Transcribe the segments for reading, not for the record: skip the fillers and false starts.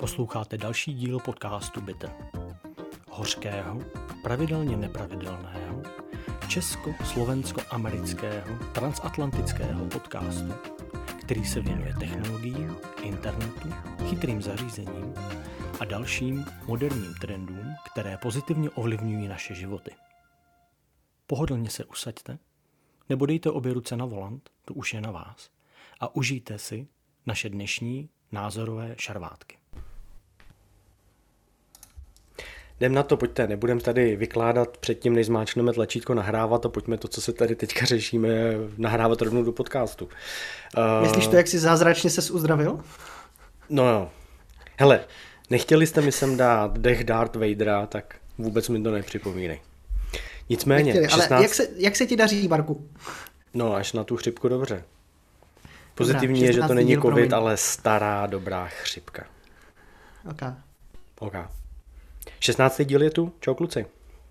Posloucháte další díl podcastu Bitter. Hořkého, pravidelně nepravidelného, česko-slovensko-amerického transatlantického podcastu, který se věnuje technologiím, internetu, chytrým zařízením a dalším moderním trendům, které pozitivně ovlivňují naše životy. Pohodlně se usaďte, nebo dejte obě ruce na volant, to už je na vás, a užijte si naše dnešní názorové šarvátky. Jdem na to, pojďte, nebudem tady vykládat předtím, než zmáčkneme tlačítko nahrávat a pojďme to, co se tady teďka řešíme, nahrávat rovnou do podcastu. Myslíš to, jak jsi zázračně ses uzdravil? No jo. Hele, nechtěli jste mi sem dát dech Darth Vadera, tak vůbec mi to nepřipomínej. Nicméně, nechtěli, 16... ale jak se ti daří, Barku? No, až na tu chřipku dobře. Pozitivní je, že to není covid, ale stará, dobrá chřipka. OK. 16. díl je tu. Čau, kluci.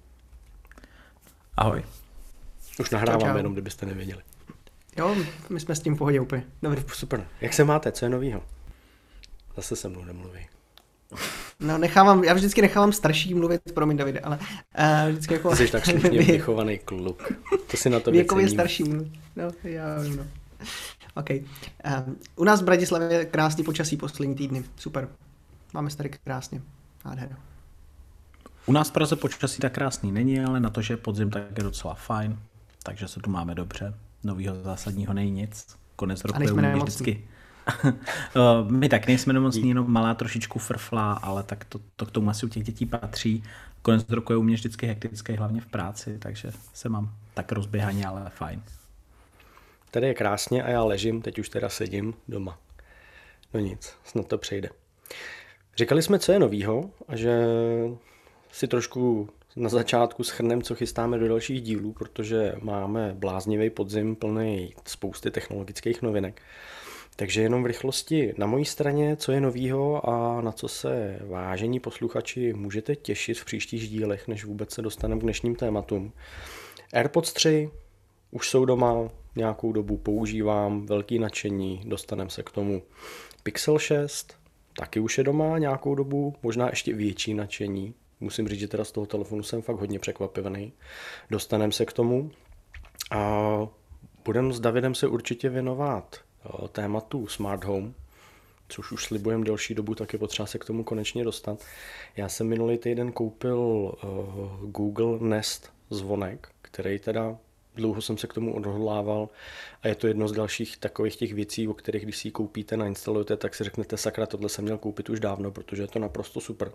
Ahoj. Už nahráváme, jenom kdybyste nevěděli. Jo, my jsme s tím v pohodě úplně. Dobrý. Super. Jak se máte? Co je novýho? Zase se mnou nemluví. No, já vždycky nechávám starší mluvit, promiň, Davide, ale vždycky jako... Jsi tak slušně vychovaný kluk. To si na to věkově starší mluvit. No, já vím, no. OK. U nás v Bratislavě je krásný počasí poslední týdny. Super. Máme se tady krásně. Nádhera. U nás v Praze počasí tak krásný není, ale na to, že je podzim, tak je docela fajn. Takže se tu máme dobře. Novýho zásadního není nic. Konec roku je u mě vždycky. My tak nejsme nemocní, jenom malá trošičku frflá, ale tak to k tomu asi u těch dětí patří. Konec roku je u mě vždycky hektický, hlavně v práci, takže se mám tak rozběhaně, ale fajn. Tady je krásně a já ležím, teď už teda sedím doma. No nic, snad to přejde. Říkali jsme, co je novýho a že si trošku na začátku shrneme, co chystáme do dalších dílů, protože máme bláznivý podzim plný spousty technologických novinek. Takže jenom v rychlosti na mojí straně, co je novýho a na co se, vážení posluchači, můžete těšit v příštích dílech, než vůbec se dostaneme k dnešním tématům. AirPods 3 už jsou doma, nějakou dobu používám, velký nadšení, dostaneme se k tomu. Pixel 6 taky už je doma nějakou dobu, možná ještě větší nadšení. Musím říct, že teda z toho telefonu jsem fakt hodně překvapivený. Dostaneme se k tomu a budeme s Davidem se určitě věnovat tématu Smart Home, což už slibujeme delší dobu, tak je potřeba se k tomu konečně dostat. Já jsem minulý týden koupil Google Nest zvonek, který teda dlouho jsem se k tomu odhodlával a je to jedno z dalších takových těch věcí, o kterých když si ji koupíte, nainstalujete, tak si řeknete, sakra, tohle jsem měl koupit už dávno, protože je to naprosto super.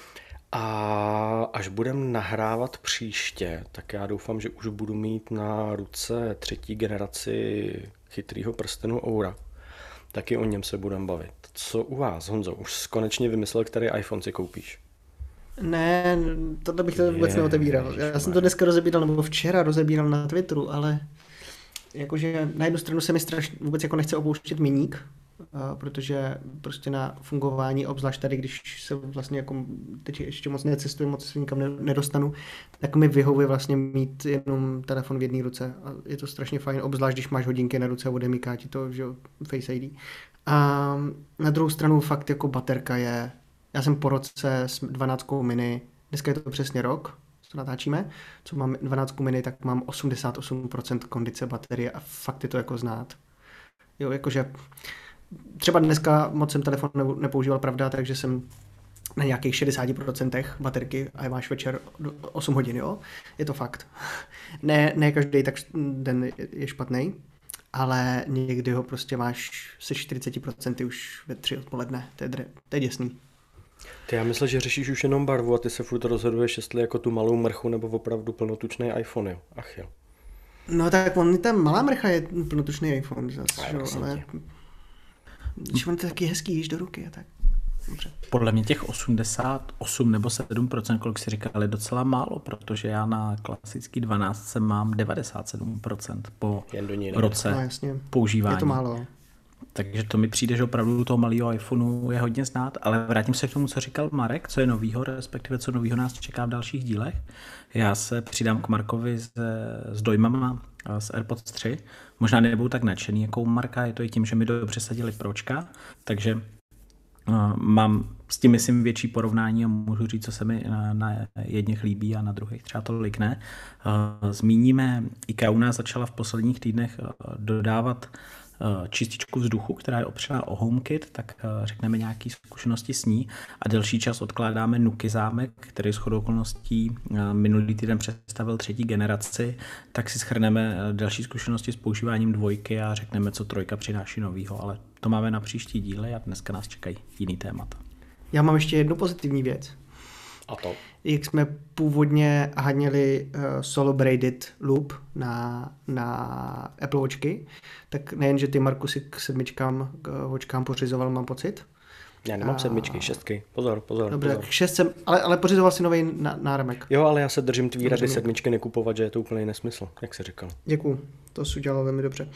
A až budeme nahrávat příště, tak já doufám, že už budu mít na ruce 3. generaci chytrýho prstenu Oura. Taky o něm se budeme bavit. Co u vás, Honzo? Už konečně vymyslel, který iPhone si koupíš? Ne, tohle bych to vůbec neotevíral. Já jsem to dneska rozebíral, nebo včera rozebíral na Twitteru, ale jakože na jednu stranu se mi strašně vůbec jako nechce opouštět miník, protože prostě na fungování, obzvlášť tady, když se vlastně jako teď ještě moc necestuji, moc se nikam nedostanu, tak mi vyhovuje vlastně mít jenom telefon v jedné ruce a je to strašně fajn, obzvlášť když máš hodinky na ruce a odemyká ti to, že Face ID. A na druhou stranu fakt jako baterka je, já jsem po roce s 12 mini, dneska je to přesně rok, co natáčíme, co mám 12 mini, tak mám 88% kondice baterie a fakt je to jako znát. Jo, jakože třeba dneska moc jsem telefon nepoužíval, pravda, takže jsem na nějakých 60% baterky a máš večer 8 hodin, jo? Je to fakt. Ne každý tak den je špatný, ale někdy ho prostě máš se 40% už ve 3 odpoledne. To je děsný. Ty, já myslím, že řešíš už jenom barvu a ty se furt rozhoduješ, jestli jako tu malou mrchu nebo opravdu plnotučný iPhone, jo? Ach jo. No tak ta malá mrcha je plnotučný iPhone zase, ale když on to taky hezký, jíš do ruky a tak. Dobře. Podle mě těch 88 nebo 7%, kolik si říkal, je docela málo, protože já na klasický 12 mám 97% po roce používání. Je to málo. Takže to mi přijde, že opravdu toho malého iPhoneu je hodně znát, ale vrátím se k tomu, co říkal Marek, co je novýho, respektive co novýho nás čeká v dalších dílech. Já se přidám k Markovi s dojmama z AirPods 3. Možná nebudou tak nadšený jako u Marka, je to i tím, že mi dobře sadili pročka, takže mám s tím, myslím, větší porovnání a můžu říct, co se mi na jedněch líbí a na druhých třeba tolik ne. Zmíníme, IKEA u nás začala v posledních týdnech dodávat čističku vzduchu, která je opřená o HomeKit, tak řekneme nějaké zkušenosti s ní a delší čas odkládáme Nuky zámek, který shodou okolností minulý týden představil 3. generaci, tak si shrneme další zkušenosti s používáním 2 a řekneme, co 3 přináší novýho, ale to máme na příští díly a dneska nás čekají jiný témata. Já mám ještě jednu pozitivní věc. A to? Jak jsme původně haněli solo braided loop na Apple Watchky, tak nejen, že ty, Marku, si k 7 k watchkám pořizoval, mám pocit. Já nemám 7, 6. Pozor. Dobře, k 6, ale pořizoval si nový náramek. Jo, ale já se držím tvý rady 7 nekupovat, že je to úplný nesmysl, jak jsi říkal. Děkuju, to jsi udělal velmi dobře.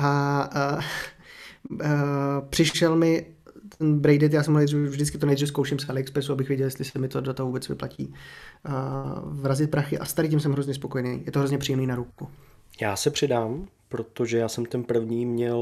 Přišel mi ten braided, já jsem vždycky to nejdřív zkouším z AliExpressu, abych věděl, jestli se mi to do toho vůbec vyplatí vrazit prachy a s tady tím jsem hrozně spokojený. Je to hrozně příjemný na ruku. Já se přidám, protože já jsem ten první měl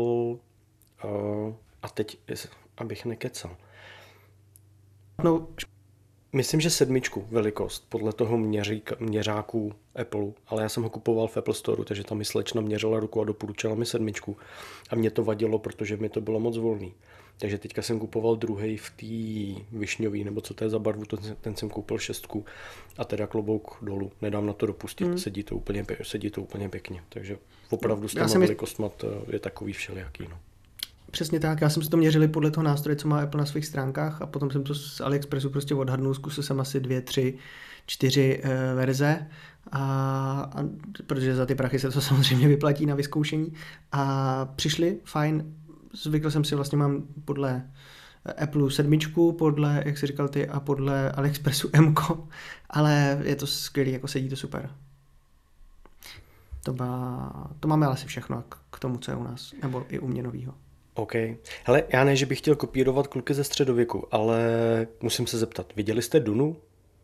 a teď, abych nekecal. No, myslím, že 7 velikost podle toho měřáku Apple, ale já jsem ho kupoval v Apple Store, takže tam mi slečna měřila ruku a doporučila mi 7 a mě to vadilo, protože mi to bylo moc volný. Takže teďka jsem kupoval druhý v té višňový, nebo co to je za barvu, ten jsem koupil 6 a teda klobouk dolů, nedám na to dopustit, sedí to úplně pěkně, takže opravdu s těma velikostma je takový všelijaký. No. Přesně tak, já jsem si to měřili podle toho nástroje, co má Apple na svých stránkách a potom jsem to z AliExpressu prostě odhadnul, zkusil jsem asi 2, 3, 4 verze, a protože za ty prachy se to samozřejmě vyplatí na vyzkoušení a přišli fajn. Zvykl jsem si, vlastně mám podle Apple 7, podle, jak jsi říkal ty, a podle AliExpressu M-ko, ale je to skvělý, jako sedí to super. To máme asi všechno k tomu, co je u nás, nebo i u mě novýho. OK. Hele, já ne, že bych chtěl kopírovat kluky ze středověku, ale musím se zeptat, viděli jste Dunu?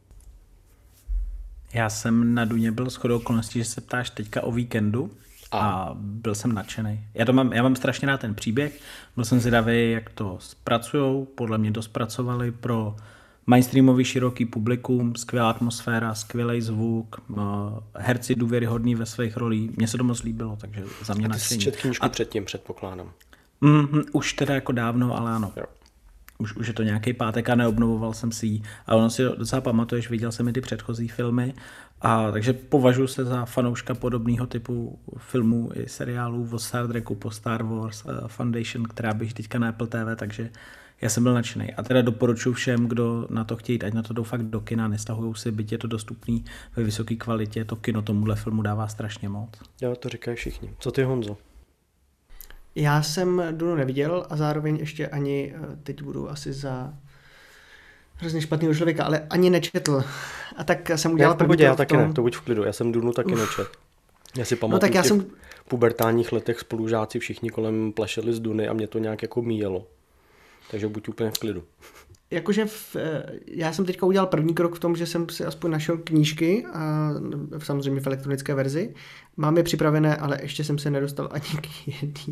Já jsem na Duně byl shodou okolností, že se ptáš teďka o víkendu. A byl jsem nadšený. Já mám strašně rád ten příběh, byl jsem zvědavý, jak to zpracujou, podle mě to zpracovali pro mainstreamový široký publikum, skvělá atmosféra, skvělý zvuk, herci důvěryhodný ve svých rolích, mně se to moc líbilo, takže za mě nadšení. A ty jsi četl knížku předtím, předpokládám. Už teda jako dávno, ale ano. Jo. Už je to nějaký pátek a neobnovoval jsem si ji. A ono si docela pamatuješ, viděl jsem i ty předchozí filmy, a takže považuji se za fanouška podobného typu filmů i seriálů od Star Treku po Star Wars, Foundation, která běží teďka na Apple TV, takže já jsem byl nadšený. A teda doporučuji všem, kdo na to chtějí, ať na to jdou fakt do kina, nestahujou si, byť je to dostupný ve vysoké kvalitě, to kino tomuhle filmu dává strašně moc. Jo, to říkají všichni. Co ty, Honzo? Já jsem Dunu neviděl a zároveň ještě ani, teď budu asi za hrozně špatného člověka, ale ani nečetl. A tak jsem udělal první já taky ne, to buď v klidu, já jsem Dunu taky nečetl. Já si pamatuju, v těch pubertálních letech spolužáci všichni kolem plašeli z Duny a mě to nějak jako míjelo. Takže buď úplně v klidu. Jakože já jsem teďka udělal první krok v tom, že jsem si aspoň našel knížky, a samozřejmě v elektronické verzi. Mám je připravené, ale ještě jsem se nedostal ani k jedný.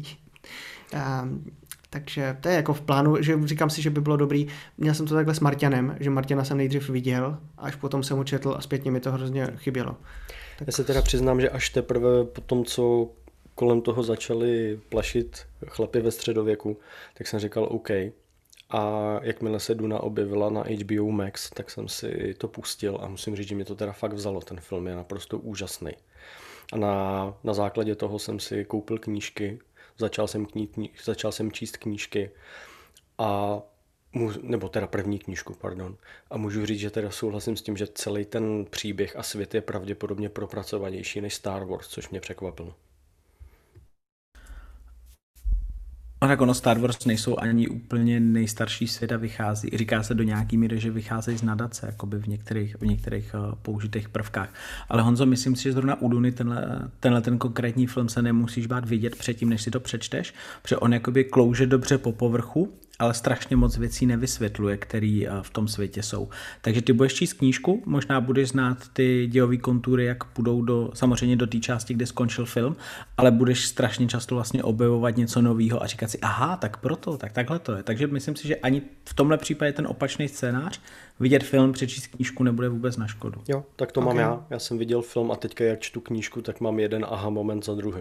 Takže to je jako v plánu, že říkám si, že by bylo dobrý. Měl jsem to takhle s Marťanem, že Marťana jsem nejdřív viděl, až potom jsem ho četl a zpětně mi to hrozně chybělo. Tak... Já se teda přiznám, že až teprve po tom, co kolem toho začali plašit chlapi ve středověku, tak jsem říkal OK. A jakmile se Duna objevila na HBO Max, tak jsem si to pustil a musím říct, že mě to teda fakt vzalo. Ten film je naprosto úžasný. A na základě toho jsem si koupil knížky, začal jsem číst knížky nebo teda první knížku, pardon. A můžu říct, že teda souhlasím s tím, že celý ten příběh a svět je pravděpodobně propracovanější než Star Wars, což mě překvapilo. A tak ono, Star Wars nejsou ani úplně nejstarší svět a vychází, říká se do nějaký míry, že vycházejí z nadace, jakoby v některých použitých prvkách. Ale Honzo, myslím si, že zrovna u Duny tenhle konkrétní film se nemusíš bát vidět předtím, než si to přečteš, protože on jakoby klouže dobře po povrchu ale strašně moc věcí nevysvětluje, který v tom světě jsou. Takže ty budeš číst knížku, možná budeš znát ty dějové kontury, jak půjdou samozřejmě do té části, kde skončil film, ale budeš strašně často vlastně objevovat něco nového a říkat si, aha, tak proto, tak takhle to je. Takže myslím si, že ani v tomhle případě ten opačný scénář, vidět film, přečíst knížku nebude vůbec na škodu. Jo, tak to mám já. Já jsem viděl film a teďka jak čtu knížku, tak mám jeden aha moment za druhým.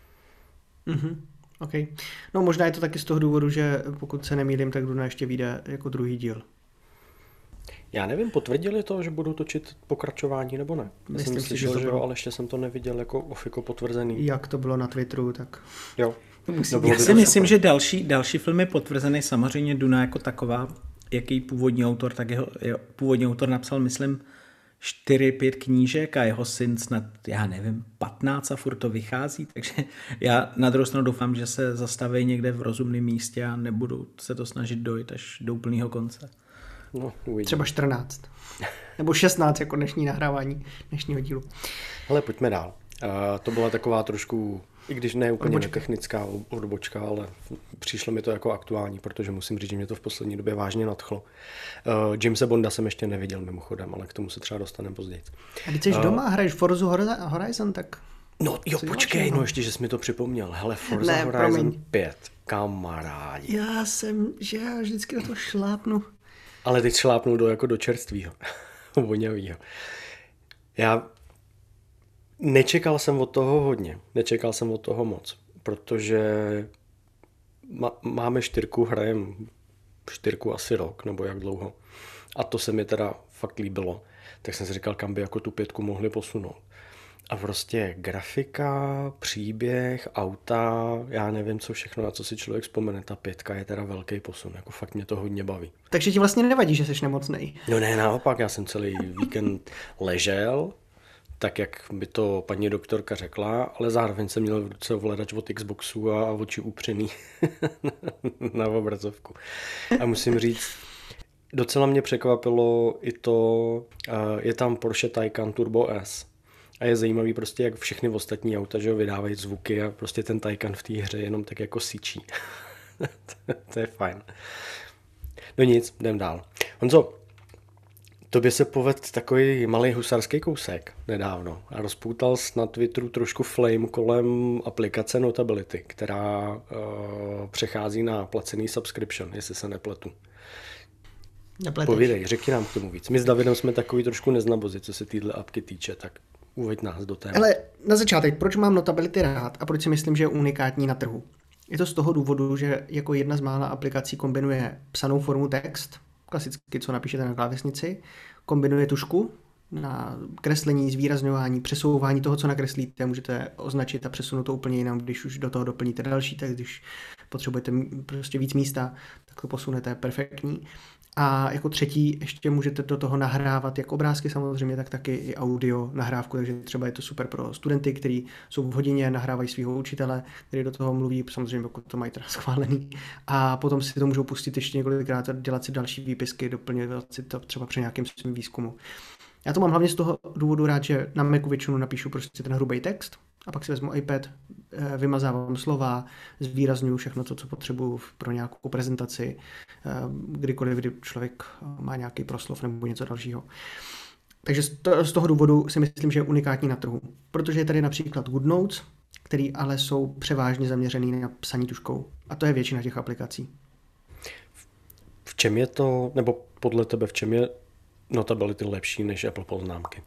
OK. No možná je to taky z toho důvodu, že pokud se nemýlím, tak Duna ještě vyjde jako druhý díl. Já nevím, potvrdili to, že budou točit pokračování nebo ne? Já jsem slyšel, že jo, ale ještě jsem to neviděl jako potvrzený. Jak to bylo na Twitteru, tak... Jo. Já si myslím, že další film je potvrzený, samozřejmě Duna jako taková, jaký původní autor, tak jeho původní autor napsal, myslím, 4-5 knížek a jeho syn snad, já nevím, 15 a furt to vychází, takže já na druhou stranu doufám, že se zastaví někde v rozumném místě a nebudu se to snažit dojít až do úplného konce. No, třeba 14. Nebo 16 jako dnešní nahrávání dnešního dílu. Ale pojďme dál. To byla taková trošku, i když ne úplně technická odbočka, ale přišlo mi to jako aktuální, protože musím říct, že mě to v poslední době vážně nadchlo. Jamesa Bonda jsem ještě neviděl mimochodem, ale k tomu se třeba dostaneme později. A když jsi doma a hraješ Forza Horizon, tak... No jo, počkej, no ještě, že jsi mi to připomněl. Hele, Forza Horizon 5, kamarádi. Já vždycky do toho šlápnu. Ale teď šlápnu do čerstvýho, voňavýho. Já nečekal jsem od toho hodně, nečekal jsem od toho moc, protože máme 4, hrajem 4 asi rok, nebo jak dlouho. A to se mi teda fakt líbilo. Tak jsem si říkal, kam by jako tu 5 mohli posunout. A prostě grafika, příběh, auta, já nevím co všechno, na co si člověk vzpomene, ta 5 je teda velký posun, jako fakt mě to hodně baví. Takže ti vlastně nevadí, že jsi nemocnej? No ne, naopak, já jsem celý víkend ležel, tak jak by to paní doktorka řekla, ale zároveň jsem měl v ruce ovladač od Xboxu a oči upřený na obrazovku. A musím říct, docela mě překvapilo i to, je tam Porsche Taycan Turbo S. A je zajímavý prostě, jak všechny ostatní auta, že ho vydávají zvuky a prostě ten Taycan v té hře jenom tak jako syčí. To je fajn. No nic, jdem dál. Honzo, tobě se povedl takový malý husarský kousek nedávno a rozpoutal jsi na Twitteru trošku flame kolem aplikace Notability, která přechází na placený subscription, jestli se nepletu. Povídej, řekni nám k tomu víc. My s Davidem jsme takový trošku neznabozi, co se téhle apky týče, tak uveď nás do téma. Ale na začátek, proč mám Notability rád a proč si myslím, že je unikátní na trhu? Je to z toho důvodu, že jako jedna z mála aplikací kombinuje psanou formu text, klasicky, co napíšete na klávesnici, kombinuje tušku na kreslení, zvýrazňování, přesouvání toho, co nakreslíte, můžete označit a přesunout to úplně jinam, když už do toho doplníte další text, když potřebujete prostě víc místa, tak to posunete, perfektní. A jako třetí ještě můžete do toho nahrávat jak obrázky samozřejmě, tak taky i audio nahrávku, takže třeba je to super pro studenty, kteří jsou v hodině, nahrávají svého učitele, který do toho mluví, samozřejmě pokud to mají teda schválený. A potom si to můžou pustit ještě několikrát a dělat si další výpisky, doplňovat si to třeba při nějakém svým výzkumu. Já to mám hlavně z toho důvodu rád, že na Macu většinou napíšu prostě ten hrubý text a pak si vezmu iPad, vymazávám slova, zvýrazňuju všechno to, co potřebuju pro nějakou prezentaci, kdykoliv, kdy člověk má nějaký proslov nebo něco dalšího. Takže z toho důvodu si myslím, že je unikátní na trhu. Protože je tady například GoodNotes, který ale jsou převážně zaměřený na psaní tužkou. A to je většina těch aplikací. V čem je to, nebo podle tebe, v čem je Notability lepší než Apple poznámky?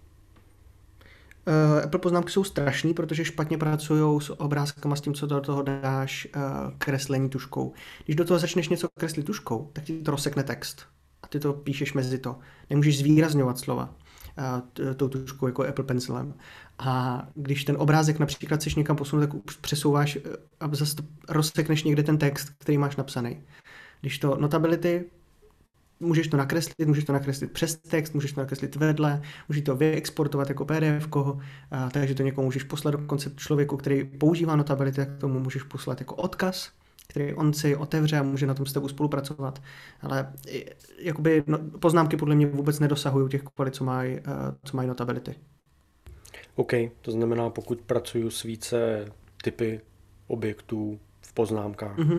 Apple poznámky jsou strašný, protože špatně pracují s obrázkama, s tím, co do toho dáš kreslení tužkou. Když do toho začneš něco kreslit tužkou, tak ti to rozsekne text. A ty to píšeš mezi to. Nemůžeš zvýrazňovat slova tou tužkou jako Apple Pencilem. A když ten obrázek například chceš někam posunout, tak přesouváš a zase rozsekneš někde ten text, který máš napsaný. Když to Notability, můžeš to nakreslit přes text, můžeš to nakreslit vedle, můžeš to vyexportovat jako PDF, takže to někomu můžeš poslat dokonce člověku, který používá Notability, tak tomu můžeš poslat jako odkaz, který on si otevře a může na tom s tebou spolupracovat. Ale jakoby poznámky podle mě vůbec nedosahují těch kvalit, co mají Notability. OK, to znamená, pokud pracuju s více typy objektů v poznámkách,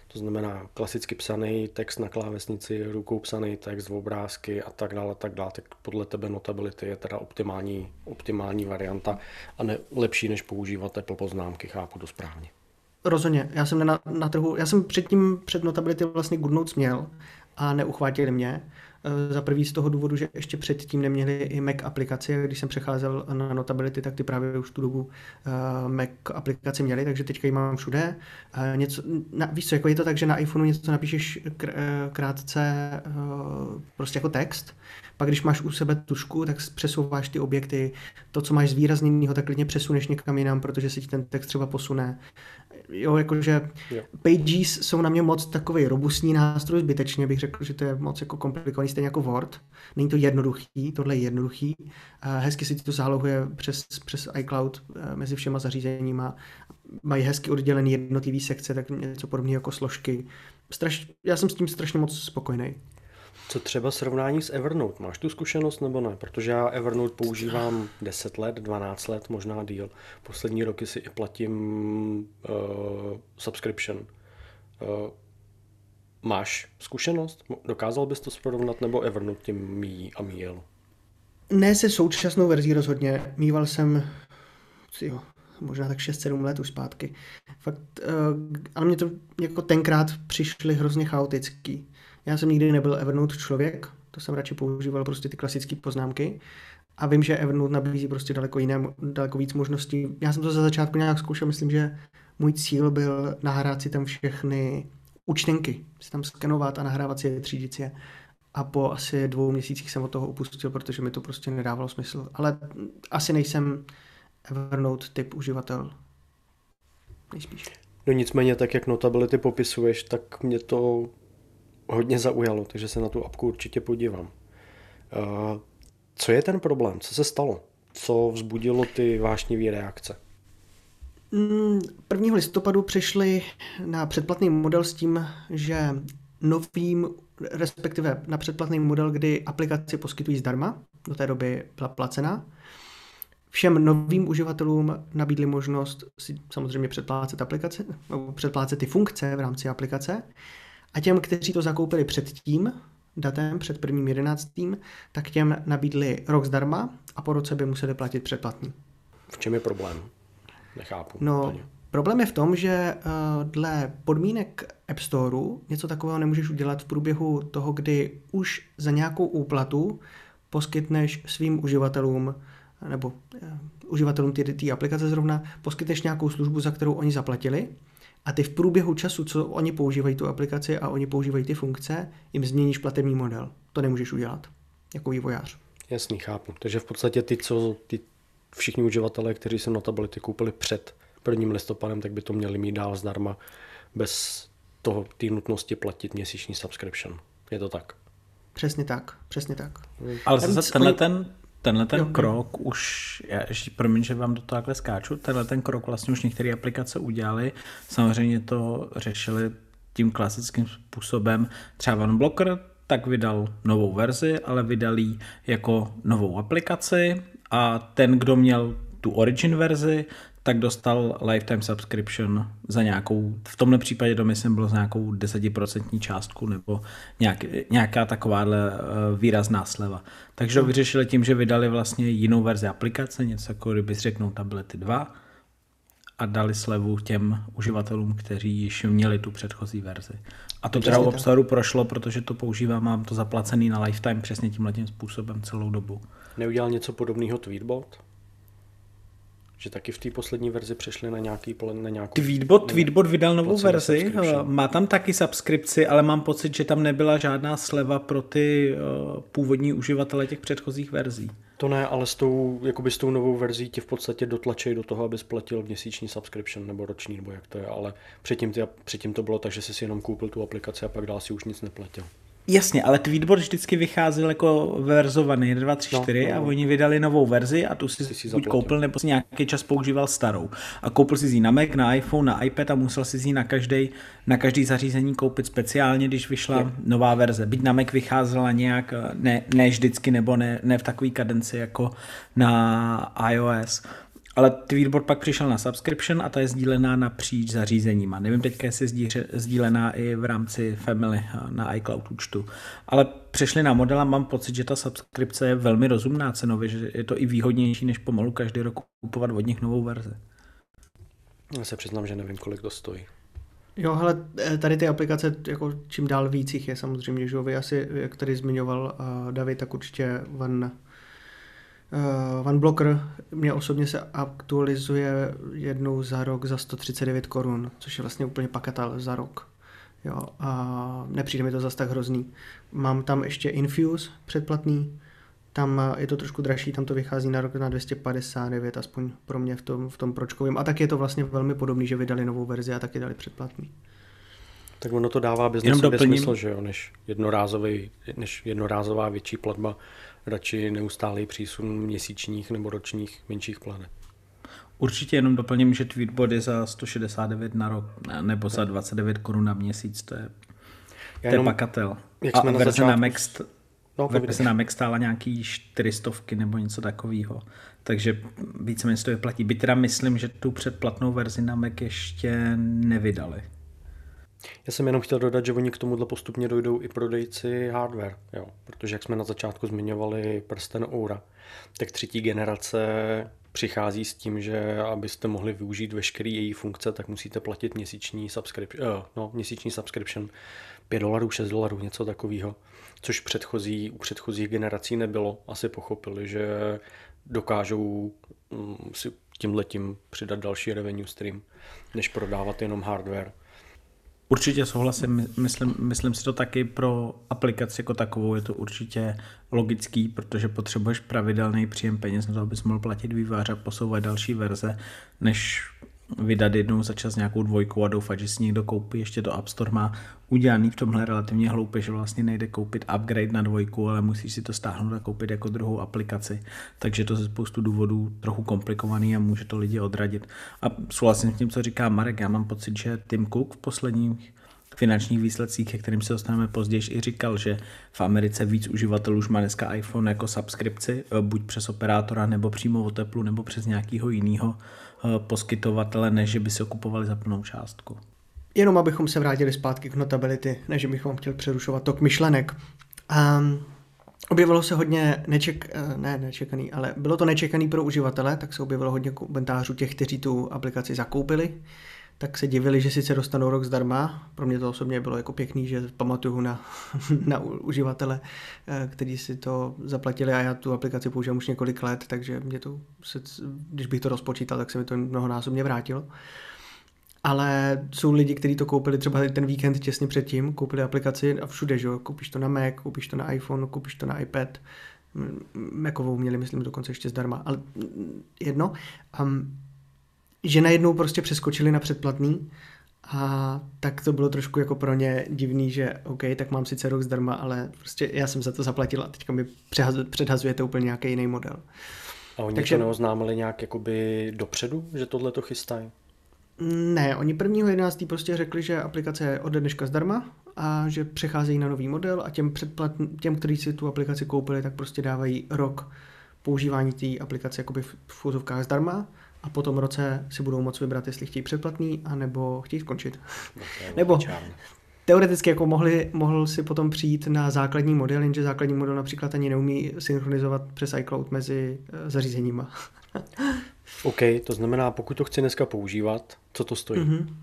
To znamená klasicky psaný text na klávesnici, rukou psaný text, obrázky a tak dále, tak podle tebe Notability je teda optimální varianta a lepší, než používat Apple poznámky, chápu to správně. Rozhodně. Já jsem na trhu, před Notability vlastně GoodNotes měl a neuchvátili mě. Za prvý z toho důvodu, že ještě předtím neměli i Mac aplikaci. Když jsem přecházel na Notability, tak ty právě už tu dobu Mac aplikaci měli, takže teďka ji mám všude. Víš co, jako je to tak, že na iPhoneu něco napíšeš krátce prostě jako text, pak když máš u sebe tušku, tak přesouváš ty objekty, to, co máš zvýrazněného, tak klidně přesuneš někam jinam, protože se ti ten text třeba posune. Jo, jakože Pages jsou na mě moc takový robustní nástroj, zbytečně bych řekl, že to je moc jako komplikovaný, stejně jako Word. Není to jednoduchý, tohle je jednoduchý. Hezky si to zálohuje přes iCloud mezi všema zařízeníma. Mají hezky oddělený jednotlivý sekce, tak něco podobného jako složky. Já jsem s tím strašně moc spokojený. Co třeba srovnání s Evernote? Máš tu zkušenost nebo ne? Protože já Evernote používám 10 let, 12 let, možná díl. Poslední roky si i platím subscription. Máš zkušenost? Dokázal bys to srovnat, nebo Evernote tím míjí a míjel? Ne se současnou verzí rozhodně. Mýval jsem možná tak 6-7 let už zpátky. Fakt, ale mě to jako tenkrát přišly hrozně chaotický. Já jsem nikdy nebyl Evernote člověk, to jsem radši používal prostě ty klasické poznámky a vím, že Evernote nabízí prostě daleko víc možností. Já jsem to za začátku nějak zkoušel, myslím, že můj cíl byl nahrát si tam všechny účtenky, si tam skenovat a nahrávat si je, třídit si je. A po asi 2 měsících jsem od toho upustil, protože mi to prostě nedávalo smysl. Ale asi nejsem Evernote typ uživatel. Nejspíš. No nicméně, tak jak Notability popisuješ, tak mě to hodně zaujalo, takže se na tu apku určitě podívám. Co je ten problém? Co se stalo? Co vzbudilo ty vášnivé reakce? 1. listopadu přišli na předplatný model s tím, že respektive na předplatný model, kdy aplikaci poskytují zdarma, do té doby byla placená. Všem novým uživatelům nabídli možnost si samozřejmě předplácet aplikace, předplácet ty funkce v rámci aplikace. A těm, kteří to zakoupili před tím datem, před 1.11., tak těm nabídli rok zdarma a po roce by museli platit předplatný. V čem je problém? Nechápu. No, problém je v tom, že dle podmínek App Storeu něco takového nemůžeš udělat v průběhu toho, kdy už za nějakou úplatu poskytneš svým uživatelům nebo uživatelům té aplikace zrovna, poskytneš nějakou službu, za kterou oni zaplatili. A ty v průběhu času, co oni používají tu aplikaci a oni používají ty funkce, jim změníš platební model. To nemůžeš udělat jako vývojář. Jasný, chápu. Takže v podstatě ty všichni uživatelé, kteří se Notability koupili před 1. listopadem, tak by to měli mít dál zdarma bez té nutnosti platit měsíční subscription. Je to tak? Přesně tak. Ale zase tenhle krok už, promiň, že vám do toho takhle skáču, ten krok vlastně už některé aplikace udělali, samozřejmě to řešili tím klasickým způsobem, třeba OneBlocker tak vydal novou verzi, ale vydal ji jako novou aplikaci a ten, kdo měl tu origin verzi, tak dostal lifetime subscription za nějakou, v tomhle případě to myslím bylo za nějakou 10% částku nebo nějaká takováhle výrazná sleva. Takže to vyřešili tím, že vydali vlastně jinou verzi aplikace, něco jako kdyby řekl Notability 2 a dali slevu těm uživatelům, kteří již měli tu předchozí verzi. A to teda u App Storeu prošlo, protože to používám, mám to zaplacený na lifetime přesně tímhletím způsobem celou dobu. Neudělal něco podobného Tweetbot? Že taky v té poslední verzi přešli na nějakou... Tweetbot vydal novou verzi, má tam taky subskripci, ale mám pocit, že tam nebyla žádná sleva pro ty původní uživatele těch předchozích verzí. To ne, ale s tou novou verzí tě v podstatě dotlačí do toho, abys platil měsíční subscription nebo roční, nebo jak to je, ale předtím to bylo tak, že jsi si jenom koupil tu aplikaci a pak dál si už nic neplatil. Jasně, ale Tweetbot vždycky vycházel jako verzovaný 1, 2, 3, 4 a oni vydali novou verzi a tu si buď koupil, nebo si nějaký čas používal starou. A koupil si ji na Mac, na iPhone, na iPad a musel si ji na každý zařízení koupit speciálně, když vyšla nová verze. Byť na Mac vycházela nějak, ne vždycky, nebo ne v takový kadenci jako na iOS. Ale Tweetbot pak přišel na subscription a ta je sdílená napříč zařízeníma. Nevím teďka, jestli je sdílená i v rámci Family na iCloud účtu. Ale přešli na model a mám pocit, že ta subskripce je velmi rozumná cenově, že je to i výhodnější, než pomalu každý rok kupovat od nich novou verzi. Já se přiznám, že nevím, kolik to stojí. Jo, hele, tady ty aplikace, jako čím dál víc jich je samozřejmě, že vy asi, jak tady zmiňoval David, tak určitě OneBlocker mě osobně se aktualizuje jednou za rok za 139 korun, což je vlastně úplně pakatel za rok. Jo, a nepřijde mi to zas tak hrozný. Mám tam ještě Infuse předplatný, tam je to trošku dražší, tam to vychází na rok na 259, aspoň pro mě v tom pročkovém. A tak je to vlastně velmi podobný, že vydali novou verzi a taky dali předplatný. Tak ono to dává bez smysl, že jo, než jednorázová větší platba, radši neustálý přísun měsíčních nebo ročních menších planet. Určitě jenom doplním, že Tweetbot je za 169 na rok, nebo za 29 korun na měsíc, to je pakatel. A verze na Mac stála nějaký 400 nebo něco takového, takže víceméně to vyplatí. Byť teda myslím, že tu předplatnou verzi na Mac ještě nevydali. Já jsem jenom chtěl dodat, že oni k tomuhle postupně dojdou i prodejci hardware, jo, protože jak jsme na začátku zmiňovali prsten Oura, tak 3. generace přichází s tím, že abyste mohli využít veškeré její funkce, tak musíte platit měsíční subscription $5, $6, něco takového, což u předchozích generací nebylo. Asi pochopili, že dokážou si tímhletím přidat další revenue stream, než prodávat jenom hardware. Určitě souhlasím, myslím si to taky pro aplikaci jako takovou, je to určitě logický, protože potřebuješ pravidelný příjem peněz na to, abys mohl platit vývojáře a posouvat další verze, než vydat jednou za čas nějakou 2 a doufat, že si někdo koupí. Ještě to App Store má udělaný v tomhle relativně hloupě, že vlastně nejde koupit upgrade na 2, ale musíš si to stáhnout a koupit jako druhou aplikaci. Takže to ze spoustu důvodů trochu komplikovaný a může to lidi odradit. A souhlasím s tím, co říká Marek. Já mám pocit, že Tim Cook v posledních finančních výsledcích, ke kterým se dostaneme později, i říkal, že v Americe víc uživatelů už má dneska iPhone jako subskripci, buď přes operátora, nebo přímo od Apple, nebo přes nějakého jiného poskytovatele, než že by si ho kupovali za plnou částku. Jenom abychom se vrátili zpátky k Notability, než bychom chtěli přerušovat tok myšlenek. Objevilo se hodně nečekaný, ale bylo to nečekaný pro uživatele, tak se objevilo hodně komentářů těch, kteří tu aplikaci zakoupili, tak se divili, že sice dostanou rok zdarma. Pro mě to osobně bylo jako pěkný, že pamatuju na uživatele, kteří si to zaplatili a já tu aplikaci používám už několik let, takže mě to, když bych to rozpočítal, tak se mi to mnohonásobně vrátilo. Ale jsou lidi, kteří to koupili třeba ten víkend těsně předtím, koupili aplikaci a všude, že jo, koupíš to na Mac, koupíš to na iPhone, koupíš to na iPad, Macovou měli, myslím, dokonce ještě zdarma, ale jedno. Že najednou prostě přeskočili na předplatný a tak to bylo trošku jako pro ně divný, že OK, tak mám sice rok zdarma, ale prostě já jsem za to zaplatil a teďka mi předhazujete úplně nějaký jiný model. A oni to neoznámili nějak jakoby dopředu, že tohle to chystají? Ne, oni 1.11. prostě řekli, že aplikace je ode dneška zdarma a že přecházejí na nový model a těm, kteří si tu aplikaci koupili, tak prostě dávají rok používání té aplikace jakoby v úzovkách zdarma a po tom roce si budou moct vybrat, jestli chtějí předplatný, anebo chtějí skončit. Nebo teoreticky jako mohl si potom přijít na základní model, jenže základní model například ani neumí synchronizovat přes iCloud mezi zařízeníma. OK, to znamená, pokud to chci dneska používat, co to stojí?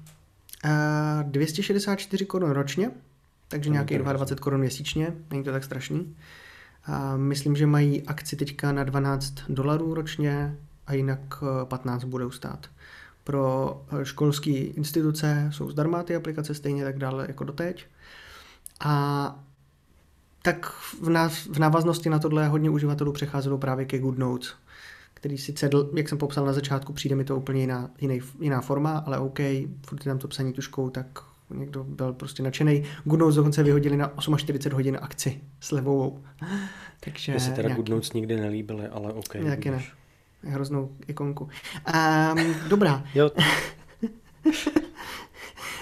264 korun ročně, takže nějakých 22 korun měsíčně, není to tak strašný. Myslím, že mají akci teďka na $12 ročně a jinak 15 budou stát. Pro školské instituce jsou zdarma ty aplikace stejně tak dále jako doteď. A tak v návaznosti na tohle hodně uživatelů přecházelo právě ke GoodNotes, který sice, jak jsem popsal na začátku, přijde mi to úplně jiná forma, ale OK, furt je tam to psaní tuškou, tak někdo byl prostě nadšenej. GoodNotes dokonce vyhodili na 48 hodin akci s levou. Takže mně se teda GoodNotes nikdy nelíbily, ale OK. Taky ne. Hroznou ikonku. Dobrá. Jo.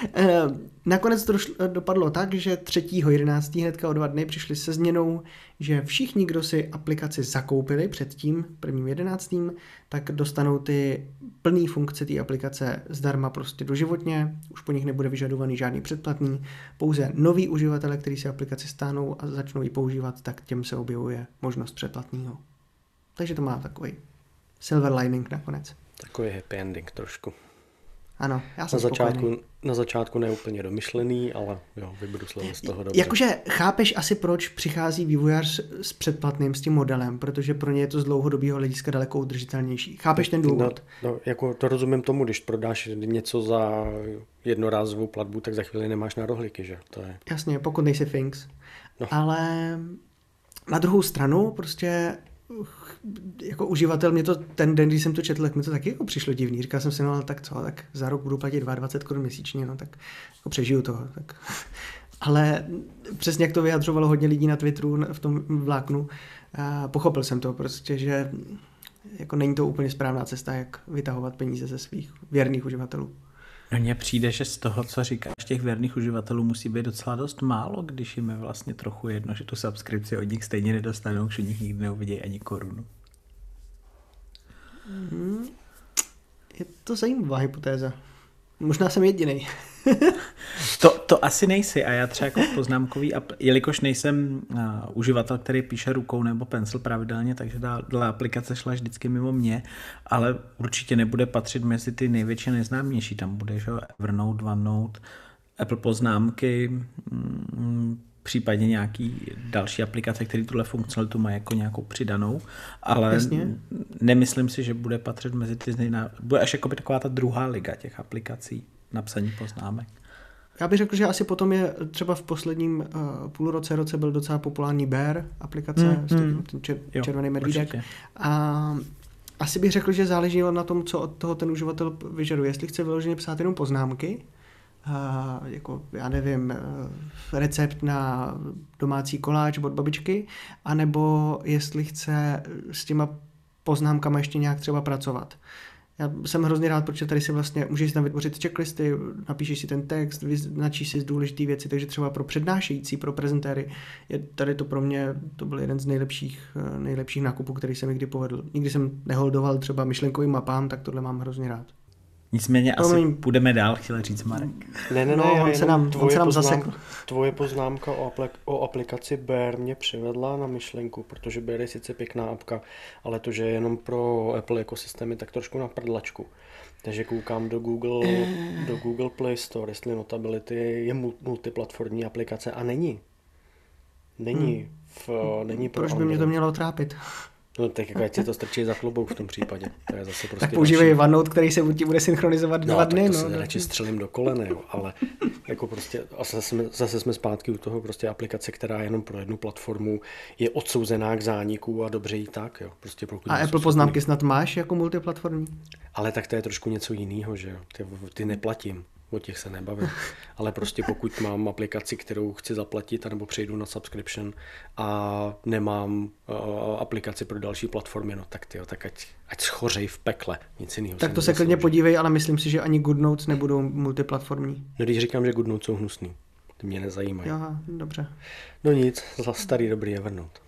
Nakonec to dopadlo tak, že 3.11. hnedka o 2 dny přišli se změnou, že všichni, kdo si aplikaci zakoupili před tím 1.11., tak dostanou ty plné funkce té aplikace zdarma prostě doživotně, už po nich nebude vyžadovaný žádný předplatný, pouze noví uživatelé, kteří si aplikaci stáhnou a začnou ji používat, tak těm se objevuje možnost předplatného. Takže to má takový silver lining nakonec. Takový happy ending trošku. Ano, já jsem spokojený. Na začátku neúplně domyšlený, ale jo, vybruslil z toho dobře. Jakože chápeš asi, proč přichází vývojář s předplatným, s tím modelem, protože pro ně je to z dlouhodobého hlediska daleko udržitelnější. Chápeš ten důvod? No, jako to rozumím tomu, když prodáš něco za jednorázovou platbu, tak za chvíli nemáš na rohlíky, že? To je... Jasně, pokud nejsi Things. No. Ale na druhou stranu prostě jako uživatel, mě to ten den, když jsem to četl, tak mi to taky jako přišlo divný. Říkal jsem si, no tak co, tak za rok budu platit 22 Kč měsíčně, no tak jako přežiju toho. Tak. Ale přesně jak to vyjadřovalo hodně lidí na Twitteru v tom vláknu, pochopil jsem to prostě, že jako není to úplně správná cesta, jak vytahovat peníze ze svých věrných uživatelů. No mně přijde, že z toho, co říkáš, těch věrných uživatelů musí být docela dost málo, když jim je vlastně trochu jedno, že tu subskripci od nich stejně nedostanou, že od nich nikdy neuvidějí ani korunu. Je to zajímavá hypotéza. Možná jsem jedinej. To asi nejsi a já třeba jako poznámkový, jelikož nejsem uživatel, který píše rukou nebo pencil pravidelně, takže ta aplikace šla vždycky mimo mě, ale určitě nebude patřit mezi ty největší nejznámější. Tam bude že Evernote, OneNote, Apple poznámky, případně nějaký další aplikace, které tuhle funkcionalitu mají jako nějakou přidanou, ale Jasně. Nemyslím si, že bude patřit mezi ty bude až jako by taková ta druhá liga těch aplikací na psaní poznámek. Já bych řekl, že asi potom je třeba v posledním roce byl docela populární Bear aplikace, červený medvídek. Určitě. A asi bych řekl, že záleží na tom, co od toho ten uživatel vyžaduje. Jestli chce vyloženě psát jenom poznámky, jako já nevím, recept na domácí koláč od babičky, anebo jestli chce s těma poznámkama ještě nějak třeba pracovat. Já jsem hrozně rád, protože tady si vlastně můžeš tam vytvořit checklisty, napíšeš si ten text, načíš si důležité věci, takže třeba pro přednášející, pro prezentéry, je tady to pro mě, to byl jeden z nejlepších nákupů, který jsem kdy povedl. Nikdy jsem neholdoval třeba myšlenkovým mapám, tak tohle mám hrozně rád. Nicméně asi půjdeme dál, chtěl říct Marek. Ne, on se nám zasekl. Tvoje poznámka o aplikaci Bear mě přivedla na myšlenku, protože Bear je sice pěkná apka, ale to, že je jenom pro Apple ekosystémy, tak trošku na prdlačku. Takže koukám do Google Play Store, jestli Notability je multiplatformní aplikace a není. Není pro Proč by mě to mělo trápit? No tak jako ať si to strčí za klobouk v tom případě. To je zase prostě tak používej OneNote, který se ti bude synchronizovat 2 dny. Tak to se radši střelím do kolene, jo. Ale jako prostě zase jsme zpátky u toho prostě aplikace, která je jenom pro jednu platformu, je odsouzená k zániku a dobře jí tak, jo. Prostě pokud a Apple poznámky snad máš jako multiplatformní? Ale tak to je trošku něco jiného, že jo. Ty neplatím. O těch se nebavím. Ale prostě pokud mám aplikaci, kterou chci zaplatit, anebo přejdu na subscription a nemám aplikaci pro další platformy, no tak tak ať schořej v pekle, nic jiného. Tak to se klidně podívej, ale myslím si, že ani GoodNotes nebudou multiplatformní. No když říkám, že GoodNotes jsou hnusný, ty mě nezajímají. Aha, dobře. No nic, za starý dobrý Evernote.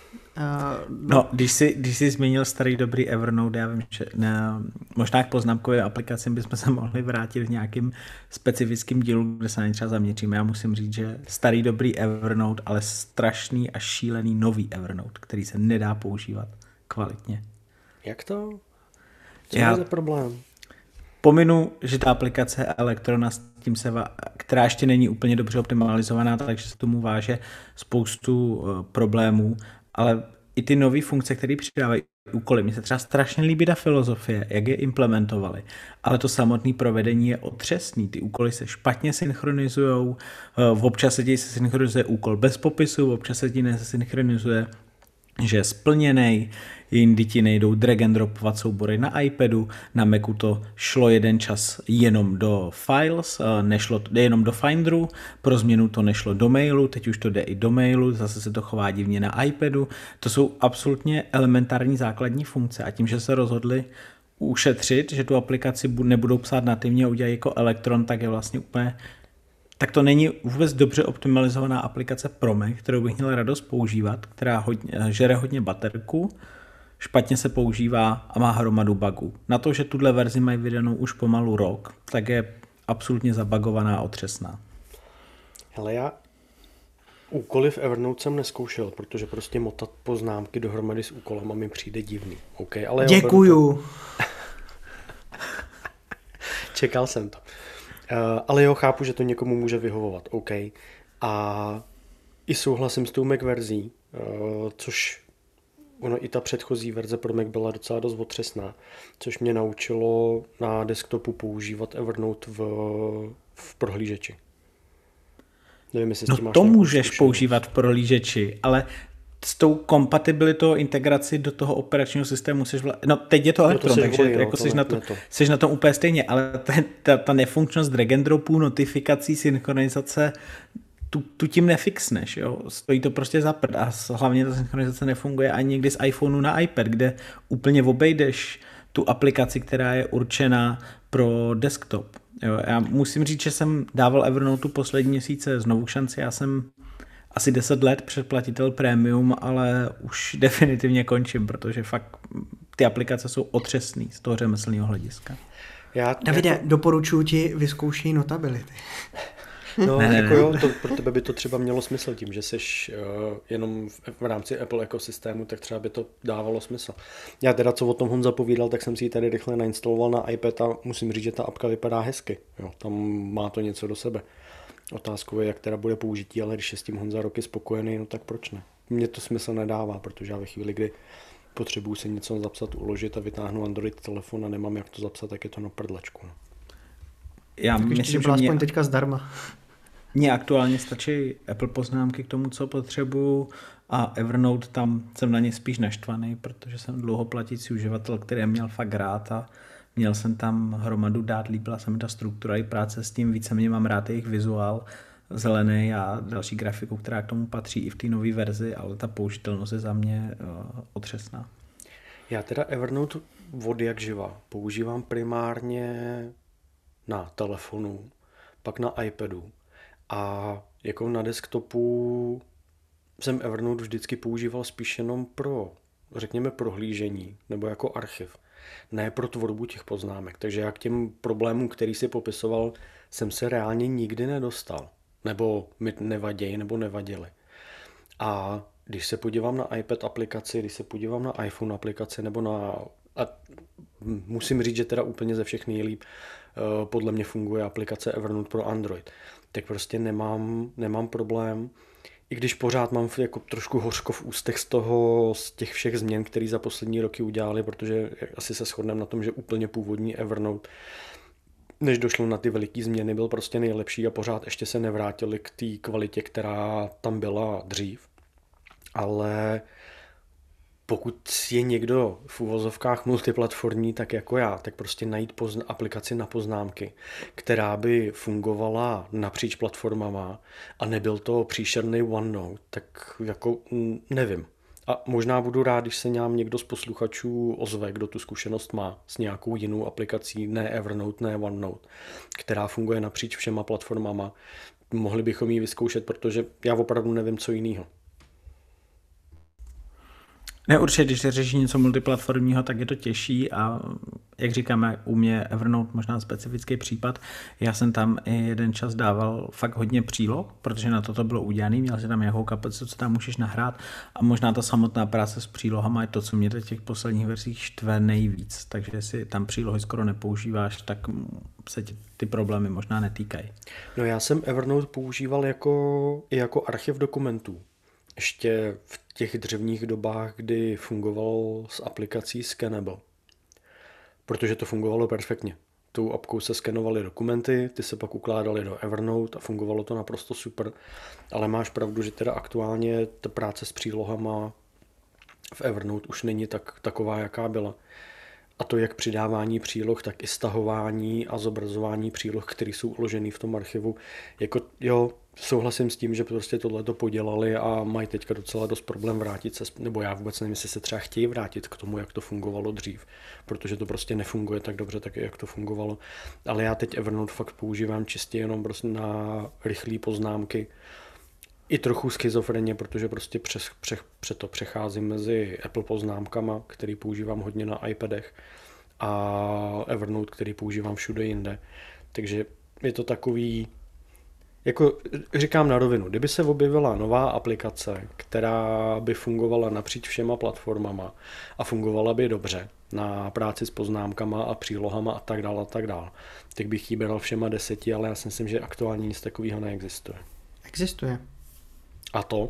No, když jsi zmínil starý dobrý Evernote, já vím, že možná k poznámkovým aplikacím bychom se mohli vrátit v nějakým specifickým dílu, kde se na ně třeba zaměříme. Já musím říct, že starý dobrý Evernote, ale strašný a šílený nový Evernote, který se nedá používat kvalitně. Jak to? Co je za problém? Pominu, že ta aplikace Elektrona, která ještě není úplně dobře optimalizovaná, takže se tomu váže spoustu problémů, ale i ty nové funkce, které přidávají úkoly, mně se třeba strašně líbí ta filozofie, jak je implementovali, ale to samotné provedení je otřesný, ty úkoly se špatně synchronizujou, občas se synchronizuje úkol bez popisu, občas se ti nesynchronizuje, že je splněnej, jindy ti nejdou drag and dropovat soubory na iPadu, na Macu to šlo jeden čas jenom do Files, nešlo jenom do Finderu, pro změnu to nešlo do mailu, teď už to jde i do mailu, zase se to chová divně na iPadu, to jsou absolutně elementární základní funkce a tím, že se rozhodli ušetřit, že tu aplikaci nebudou psát nativně a udělají jako Electron, tak je vlastně úplně... Tak to není vůbec dobře optimalizovaná aplikace pro Mac, kterou bych měl radost používat, která žere hodně baterku, špatně se používá a má hromadu bugů. Na to, že tuhle verzi mají vydanou už pomalu rok, tak je absolutně zabagovaná a otřesná. Hele, já úkoly v Evernote jsem neskoušel, protože prostě motat poznámky dohromady s úkolem a mi přijde divný. Okay, ale děkuju. Čekal jsem to. Ale jo, chápu, že to někomu může vyhovovat. OK. A i souhlasím s tou Mac verzí, což ono i ta předchozí verze pro Mac byla docela dost otřesná, což mě naučilo na desktopu používat Evernote v prohlížeči. Nevím, jestli s tím máš to můžeš používat v prohlížeči, ale s tou kompatibilitou integraci do toho operačního systému teď je to Electron, takže jako jsi na tom úplně stejně, ale ta nefunkčnost drag and dropů, notifikací, synchronizace, tu tím nefixneš, jo? Stojí to prostě za prd a hlavně ta synchronizace nefunguje ani někdy z iPhoneu na iPad, kde úplně obejdeš tu aplikaci, která je určená pro desktop. Jo? Já musím říct, že jsem dával Evernote poslední měsíce znovu šanci, já jsem asi 10 let předplatitel premium, ale už definitivně končím, protože fakt ty aplikace jsou otřesný z toho řemeslného hlediska. Davide, doporučuji ti vyzkoušej Notability. No, jako jo, pro tebe by to třeba mělo smysl tím, že jsi jenom v rámci Apple ekosystému, tak třeba by to dávalo smysl. Já teda, co o tom Honza povídal, tak jsem si ji tady rychle nainstaloval na iPad a musím říct, že ta apka vypadá hezky. Jo, tam má to něco do sebe. Otázkou je, jak teda bude použití, ale když je s tím Honza roky spokojený, no tak proč ne? Mně to smysl nedává, protože já ve chvíli, kdy potřebuju si něco zapsat, uložit a vytáhnu Android telefon a nemám jak to zapsat, tak je to na prdlačku. No. Já tak myslím, že aspoň teďka zdarma. Mně aktuálně stačí Apple poznámky k tomu, co potřebuju a Evernote, tam jsem na ně spíš naštvaný, protože jsem dlouho platící uživatel, který měl fakt rád a měl jsem tam hromadu dát, líbila se mi ta struktura i práce s tím, víceméně mám rád jejich vizuál, zelený a další grafiku, která k tomu patří i v té nové verzi, ale ta použitelnost je za mě otřesná. Já teda Evernote od jak živa používám primárně na telefonu, pak na iPadu a jako na desktopu jsem Evernote vždycky používal spíš jenom pro, řekněme, prohlížení nebo jako archiv, ne pro tvorbu těch poznámek. Takže já k těm problémům, který si popisoval, jsem se reálně nikdy nedostal. Nebo mi nevadějí, nebo nevadili. A když se podívám na iPad aplikaci, když se podívám na iPhone aplikaci, nebo na... A musím říct, že teda úplně ze všech nejlíp podle mě funguje aplikace Evernote pro Android. Tak prostě nemám problém. I když pořád mám jako trošku hořko v ústech z těch všech změn, které za poslední roky udělali, protože asi se shodneme na tom, že úplně původní Evernote, než došlo na ty veliké změny, byl prostě nejlepší a pořád ještě se nevrátili k té kvalitě, která tam byla dřív. Ale pokud je někdo v uvozovkách multiplatformní, tak jako já, tak prostě najít aplikaci na poznámky, která by fungovala napříč platformama a nebyl to příšerný OneNote, tak jako nevím. A možná budu rád, když se nám někdo z posluchačů ozve, kdo tu zkušenost má s nějakou jinou aplikací, ne Evernote, ne OneNote, která funguje napříč všema platformama. Mohli bychom ji vyzkoušet, protože já opravdu nevím, co jiného. Ne, určitě, když se řeší něco multiplatformního, tak je to těžší a jak říkáme, u mě Evernote možná specifický případ. Já jsem tam i jeden čas dával fakt hodně příloh, protože na to bylo udělané, měl si tam nějakou kapacitu, co tam můžeš nahrát a možná ta samotná práce s přílohama je to, co mě v těch posledních verzích štve nejvíc. Takže jestli tam přílohy skoro nepoužíváš, tak se ty problémy možná netýkají. No já jsem Evernote používal jako archiv dokumentů. Ještě v těch dřevních dobách, kdy fungoval s aplikací Scannable. Protože to fungovalo perfektně. Tou apkou se skenovaly dokumenty, ty se pak ukládaly do Evernote a fungovalo to naprosto super. Ale máš pravdu, že teda aktuálně ta práce s přílohama v Evernote už není taková, jaká byla. A to jak přidávání příloh, tak i stahování a zobrazování příloh, které jsou uložené v tom archivu. Jako, jo, souhlasím s tím, že prostě tohle to podělali a mají teďka docela dost problém vrátit se, nebo já vůbec nevím, jestli se třeba chtějí vrátit k tomu, jak to fungovalo dřív, protože to prostě nefunguje tak dobře, tak jak to fungovalo. Ale já teď Evernote fakt používám čistě jenom prostě na rychlé poznámky, i trochu schizofrenie, protože prostě to přecházím mezi Apple poznámkama, který používám hodně na iPadech, a Evernote, který používám všude jinde. Takže je to takový, jako říkám na rovinu, kdyby se objevila nová aplikace, která by fungovala napříč všema platformama a fungovala by dobře na práci s poznámkama a přílohama a tak dále, tak bych jí bral všema 10, ale já si myslím, že aktuálně nic takového neexistuje. Existuje. A to?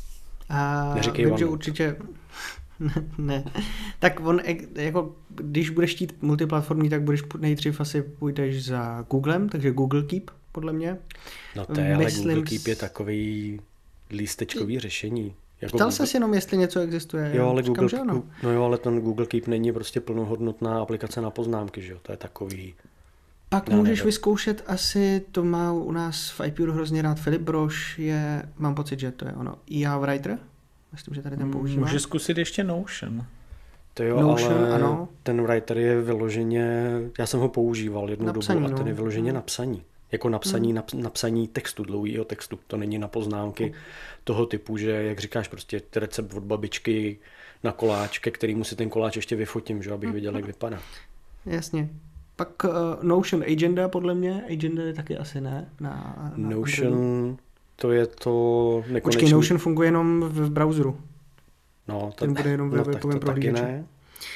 A neříkej vím, vám. že určitě ne. Tak on, jako, když budeš chtít multiplatformní, tak budeš nejdřív asi půjdeš za Googlem, takže Google Keep, podle mě. No to je, ale Google Keep je takový lístečkový řešení. Jako Ptal ses jenom, jestli něco existuje. Jo, ale říkám, že ano. no jo, ale ten Google Keep není prostě plnohodnotná aplikace na poznámky, že jo? To je takový. Pak můžeš vyzkoušet asi, to má u nás v IPU hrozně rád Filip Brož, mám pocit, že to je ono, IA Writer, myslím, že tady ten používá. Můžeš zkusit ještě Notion. To jo, Notion, ale ano. ten Writer je vyloženě, já jsem ho používal jednu napsaný, dobu a ten je vyloženě napsaní. Jako napsaní textu, dlouhýho textu. To není na poznámky toho typu, že jak říkáš, prostě recept od babičky na koláč, ke kterému si ten koláč ještě vyfotím, že abych viděl, jak vypadá. Jasně. Pak Notion Agenda, podle mě. Agenda je taky asi ne. Na Notion, Androidu. to je to nekonečný. Počkej, Notion funguje jenom v browseru. No, ten bude jenom ve webovém prohlížeči.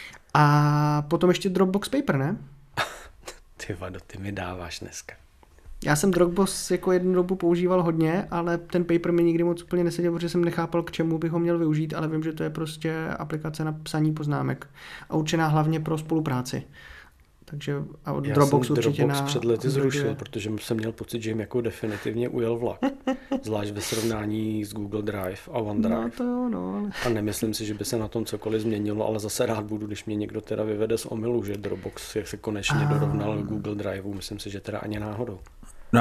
A potom ještě Dropbox Paper, ne? Ty vado, ty mi dáváš dneska. Já jsem Dropbox jako jednu dobu používal hodně, ale ten Paper mi nikdy moc úplně neseděl, protože jsem nechápal, k čemu bych ho měl využít, ale vím, že to je prostě aplikace na psaní poznámek a určená hlavně pro spolupráci. Takže a Dropbox určitě Dropbox před lety zrušil, protože jsem měl pocit, že jim jako definitivně ujel vlak. Zvlášť ve srovnání s Google Drive a OneDrive. No to jo, no. A nemyslím si, že by se na tom cokoliv změnilo, ale zase rád budu, když mě někdo teda vyvede z omylu, že Dropbox se konečně dorovnal Google Driveu. Myslím si, že teda ani náhodou. No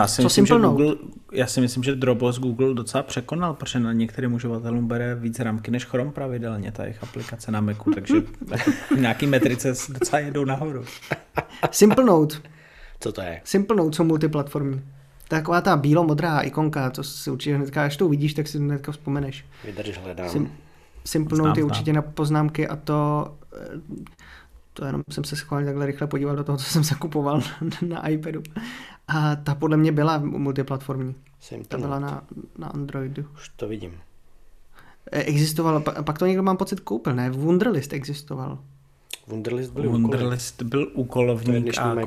já si myslím, že Dropbox Google docela překonal, protože na některým uživatelům bere víc rámky než Chrome pravidelně, ta jejich aplikace na Macu, takže nějaký metrice docela jedou nahoru. Simple Note. Co to je? Simple Note jsou multiplatformní. Taková ta bílo-modrá ikonka, to si určitě hnedka, až to uvidíš, tak si hnedka vzpomeneš. Vydrž, hledám. Simple Note je určitě na poznámky a to jenom jsem se schválně takhle rychle podíval do toho, co jsem zakupoval na iPadu. A ta podle mě byla multiplatformní. Ta byla na Androidu. Už to vidím. Existoval, pak to někdo mám pocit koupil, ne? Wunderlist existoval. Wunderlist byl úkolovník a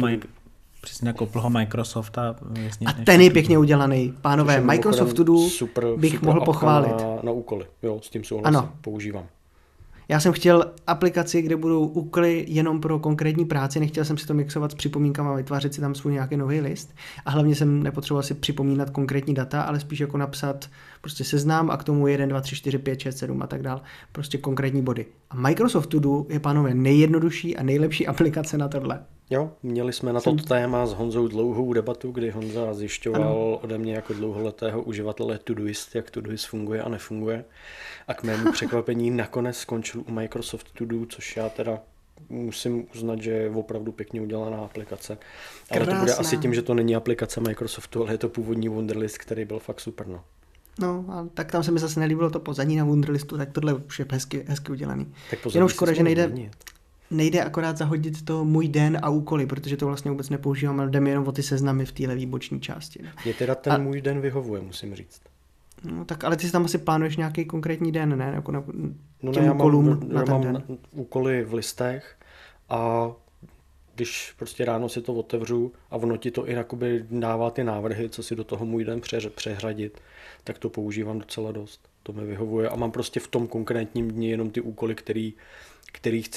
koupil ho Microsoft a ten je pěkně udělaný. Pánové, Microsoft To Do bych mohl pochválit. Na úkoly, jo, s tím souhlasím, používám. Já jsem chtěl aplikaci, kde budou úkoly jenom pro konkrétní práci, nechtěl jsem si to mixovat s připomínkama, vytvářet si tam svůj nějaký nový list a hlavně jsem nepotřeboval si připomínat konkrétní data, ale spíš jako napsat prostě seznam a k tomu 1, 2, 3, 4, 5, 6, 7 a tak dál, prostě konkrétní body. A Microsoft To Do je, pánové, nejjednodušší a nejlepší aplikace na tohle. Jo, měli jsme na toto téma s Honzou dlouhou debatu, kdy Honza zjišťoval ode mě jako dlouholetého uživatele Todoist, jak Todoist funguje a nefunguje. A k mému překvapení nakonec skončil u Microsoft To Do, což já teda musím uznat, že je opravdu pěkně udělaná aplikace. Ale to bude asi tím, že to není aplikace Microsoftu, ale je to původní Wunderlist, který byl fakt super. No, a tak tam se mi zase nelíbilo to pozadí na Wunderlistu, tak tohle už je hezky udělaný. Tak jenom škoda, že nejde akorát zahodit to můj den a úkoly, protože to vlastně vůbec nepoužívám, ale jde mi jenom o ty seznamy v téhle výboční části. Mě teda ten můj den vyhovuje, musím říct. No tak, ale ty si tam asi plánuješ nějaký konkrétní den, ne? Jako já mám úkoly v listech a když prostě ráno si to otevřu a ono ti to i jakoby dává ty návrhy, co si do toho můj den přehradit, tak to používám docela dost. To mi vyhovuje a mám prostě v tom konkrétním dni jenom ty úkoly, který chci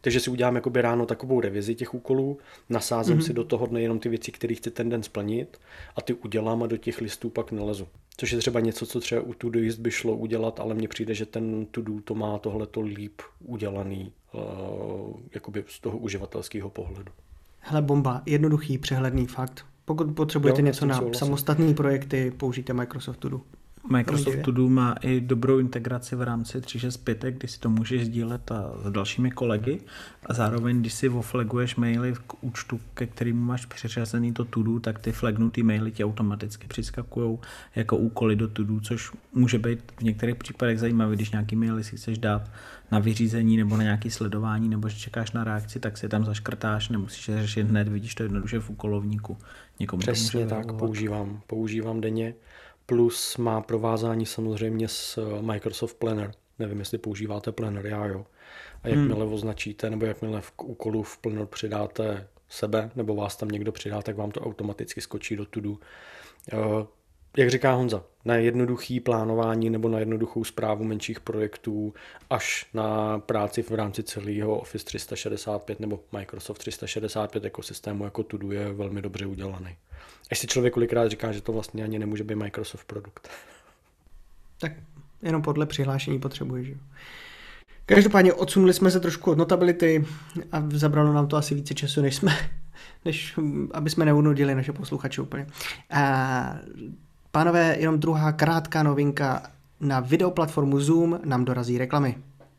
Takže si udělám jakoby ráno takovou revizi těch úkolů, nasázím si do toho dne jenom ty věci, které chci ten den splnit a ty udělám a do těch listů pak nalezu. Což je třeba něco, co třeba u Todoist by šlo udělat, ale mně přijde, že ten To-Do to má tohleto líp udělaný jakoby z toho uživatelského pohledu. Hele, bomba, jednoduchý, přehledný fakt. Pokud potřebujete něco na samostatné projekty, použijte Microsoft To Do. Microsoft To Do má i dobrou integraci v rámci 365, kdy si to můžeš sdílet s dalšími kolegy a zároveň, když si oflaguješ maily k účtu, ke kterému máš přiřazený to To Do, tak ty flagnutý maily ti automaticky přiskakují jako úkoly do To Do, což může být v některých případech zajímavé, když nějaký maily si chceš dát na vyřízení nebo na nějaké sledování, nebo že čekáš na reakci, tak si tam zaškrtáš, nemusíš řešit hned, vidíš to jednoduše v úkolovníku. Někomu přesně tak, používám denně. Plus má provázání samozřejmě s Microsoft Planner. Nevím, jestli používáte Planner, já jo. A jakmile označíte, nebo jakmile v úkolu v Planner přidáte sebe, nebo vás tam někdo přidá, tak vám to automaticky skočí do To Do. Jak říká Honza, na jednoduchý plánování nebo na jednoduchou správu menších projektů až na práci v rámci celého Office 365 nebo Microsoft 365 ekosystému jako To Do je velmi dobře udělaný. Až si člověk kolikrát říká, že to vlastně ani nemůže být Microsoft produkt. Tak jenom podle přihlášení potřebuješ. Každopádně odsunuli jsme se trošku od Notability a zabralo nám to asi více času, než aby jsme neunudili naše posluchače úplně. Pánové, jenom druhá krátká novinka. Na videoplatformu Zoom nám dorazí reklamy.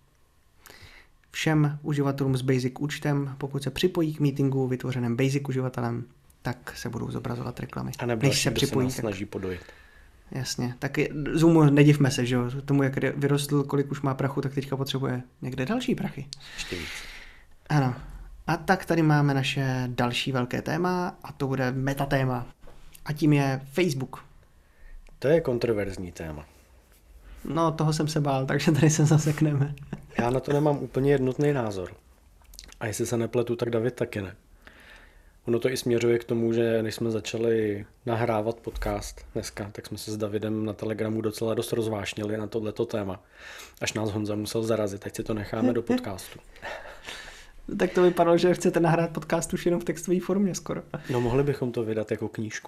Všem uživatelům s Basic účtem, pokud se připojí k meetingu vytvořeném Basic uživatelem, tak se budou zobrazovat reklamy. A nebo se připojí, se snaží podojit. Jasně, tak Zoomu nedivme se, že jo, tomu jak vyrostl, kolik už má prachu, tak teďka potřebuje někde další prachy. Ještě víc. Ano. A tak tady máme naše další velké téma a to bude metatéma. A tím je Facebook. To je kontroverzní téma. No, toho jsem se bál, takže tady se zasekneme. Já na to nemám úplně jednotný názor. A jestli se nepletu, tak David taky ne. Ono to i směřuje k tomu, že než jsme začali nahrávat podcast dneska, tak jsme se s Davidem na Telegramu docela dost rozvášnili na tohleto téma. Až nás Honza musel zarazit, teď si to necháme do podcastu. Tak to vypadalo, že chcete nahrát podcast už jenom v textové formě skoro. No, mohli bychom to vydat jako knížku.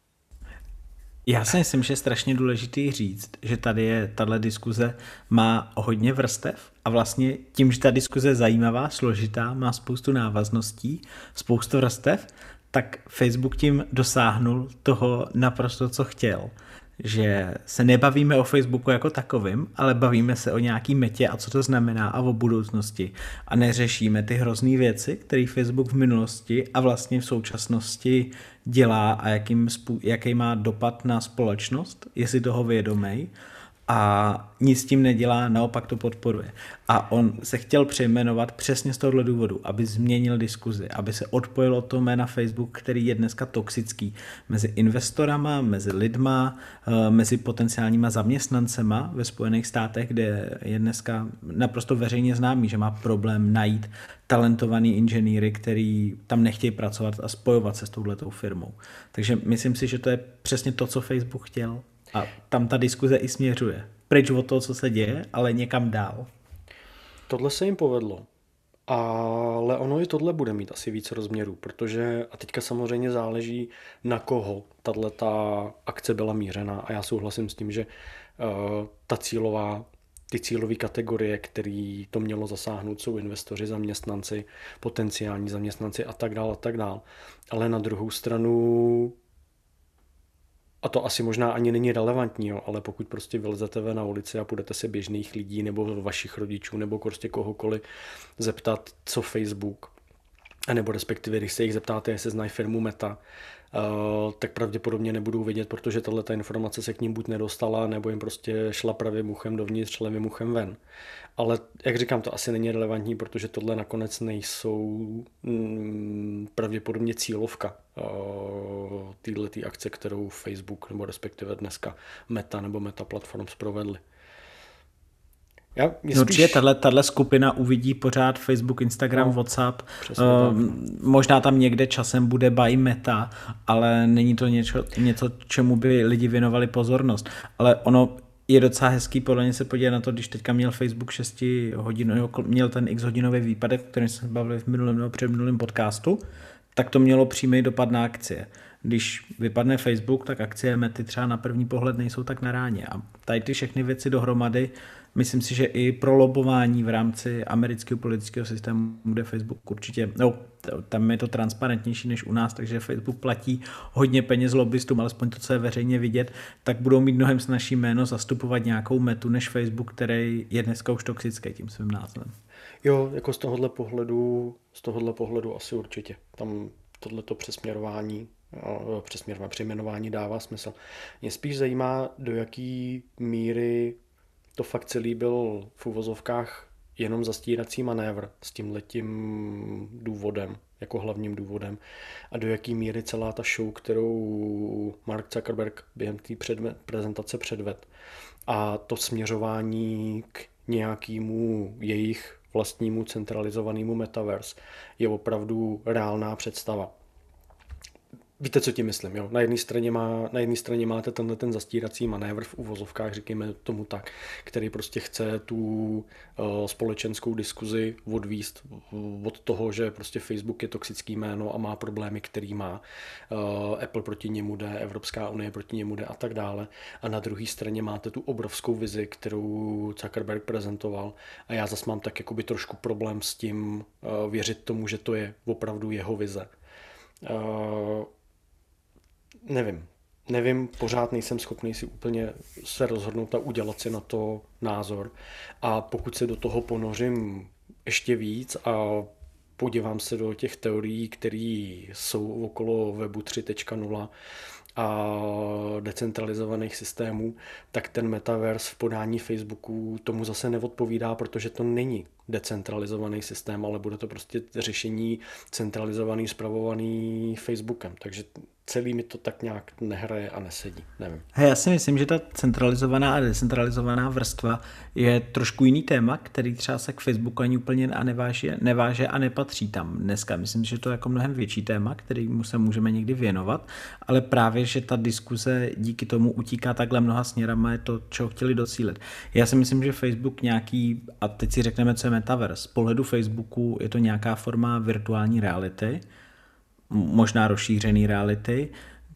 Já si myslím, že je strašně důležitý říct, že tahle diskuze má hodně vrstev a vlastně tím, že ta diskuze je zajímavá, složitá, má spoustu návazností, spoustu vrstev, tak Facebook tím dosáhnul toho naprosto, co chtěl. Že se nebavíme o Facebooku jako takovým, ale bavíme se o nějaký metě a co to znamená a o budoucnosti. A neřešíme ty hrozný věci, které Facebook v minulosti a vlastně v současnosti dělá a jaký má dopad na společnost, jestli toho vědomej. A nic s tím nedělá, naopak to podporuje. A on se chtěl přejmenovat přesně z tohohle důvodu, aby změnil diskuzi, aby se odpojil od toho jména Facebook, který je dneska toxický mezi investorama, mezi lidma, mezi potenciálníma zaměstnancema ve Spojených státech, kde je dneska naprosto veřejně známý, že má problém najít talentovaný inženýry, který tam nechtějí pracovat a spojovat se s touhletou firmou. Takže myslím si, že to je přesně to, co Facebook chtěl. A tam ta diskuze i směřuje. Pryč od toho, co se děje, ale někam dál. Tohle se jim povedlo. Ale ono i tohle bude mít asi víc rozměrů, protože a teďka samozřejmě záleží, na koho tato akce byla mířena. A já souhlasím s tím, že ty cílové kategorie, který to mělo zasáhnout, jsou investoři, zaměstnanci, potenciální zaměstnanci a tak dále. Ale na druhou stranu a to asi možná ani není relevantní, jo, ale pokud prostě vylezete ven na ulici a půjdete se běžných lidí nebo vašich rodičů nebo prostě kohokoliv zeptat, co Facebook, nebo respektive, když se jich zeptáte, jestli znají firmu Meta, tak pravděpodobně nebudou vědět, protože tato informace se k ním buď nedostala, nebo jim prostě šla pravým uchem dovnitř, levým uchem ven. Ale jak říkám, to asi není relevantní, protože tohle nakonec nejsou pravděpodobně cílovka této akce, kterou Facebook, nebo respektive dneska Meta nebo Meta Platforms provedli. Určitě tahle skupina uvidí pořád Facebook, Instagram, WhatsApp. Možná tam někde časem bude by Meta, ale není to něco, čemu by lidi věnovali pozornost. Ale ono je docela hezký podle mě se podívat na to, když teďka měl Facebook 6 hodin, měl ten x hodinový výpadek, o kterém jsme se bavili v minulém nebo předminulém podcastu, tak to mělo přímý dopad na akcie. Když vypadne Facebook, tak akcie Mety třeba na první pohled nejsou tak na ráně. A tady ty všechny věci dohromady, myslím si, že i pro lobování v rámci amerického politického systému bude Facebook určitě, tam je to transparentnější než u nás, takže Facebook platí hodně peněz lobbystům, alespoň to, co je veřejně vidět, tak budou mít mnohem snazší jméno zastupovat nějakou Metu než Facebook, který je dneska už toxický tím svým názvem. Jo, jako z tohohle pohledu asi určitě. Tam tohleto přejmenování dává smysl. Mě spíš zajímá, do jaký míry to fakt celý byl v uvozovkách jenom zastírací manévr s tímhletím důvodem, jako hlavním důvodem, a do jaký míry celá ta show, kterou Mark Zuckerberg během té prezentace předvedl, a to směřování k nějakému jejich vlastnímu centralizovanému metaverse je opravdu reálná představa. Víte, co tím myslím, jo? Na jedné straně máte ten zastírací manévr v uvozovkách, říkáme tomu tak, který prostě chce tu společenskou diskuzi odvíst od toho, že prostě Facebook je toxický jméno a má problémy, který má. Apple proti němu jde, Evropská unie proti němu jde a tak dále. A na druhé straně máte tu obrovskou vizi, kterou Zuckerberg prezentoval, a já zase mám tak jakoby trošku problém s tím věřit tomu, že to je opravdu jeho vize. Nevím, pořád nejsem schopný si úplně se rozhodnout a udělat si na to názor. A pokud se do toho ponořím ještě víc a podívám se do těch teorií, které jsou okolo webu 3.0 a decentralizovaných systémů, tak ten metaverse v podání Facebooku tomu zase neodpovídá, protože to není decentralizovaný systém, ale bude to prostě řešení centralizovaný, spravovaný Facebookem. Takže celý mi to tak nějak nehraje a nesedí. Nevím. Já si myslím, že ta centralizovaná a decentralizovaná vrstva je trošku jiný téma, který třeba se k Facebooku ani úplně neváže a nepatří tam dneska. Myslím, že to je jako mnohem větší téma, kterému se můžeme někdy věnovat, ale právě, že ta diskuze díky tomu utíká takhle mnoha směrama, je to, čeho chtěli docílit. Já si myslím, že Facebook nějaký, a teď si řekneme, co je metaverse, z pohledu Facebooku je to nějaká forma virtuální reality, možná rozšířený reality,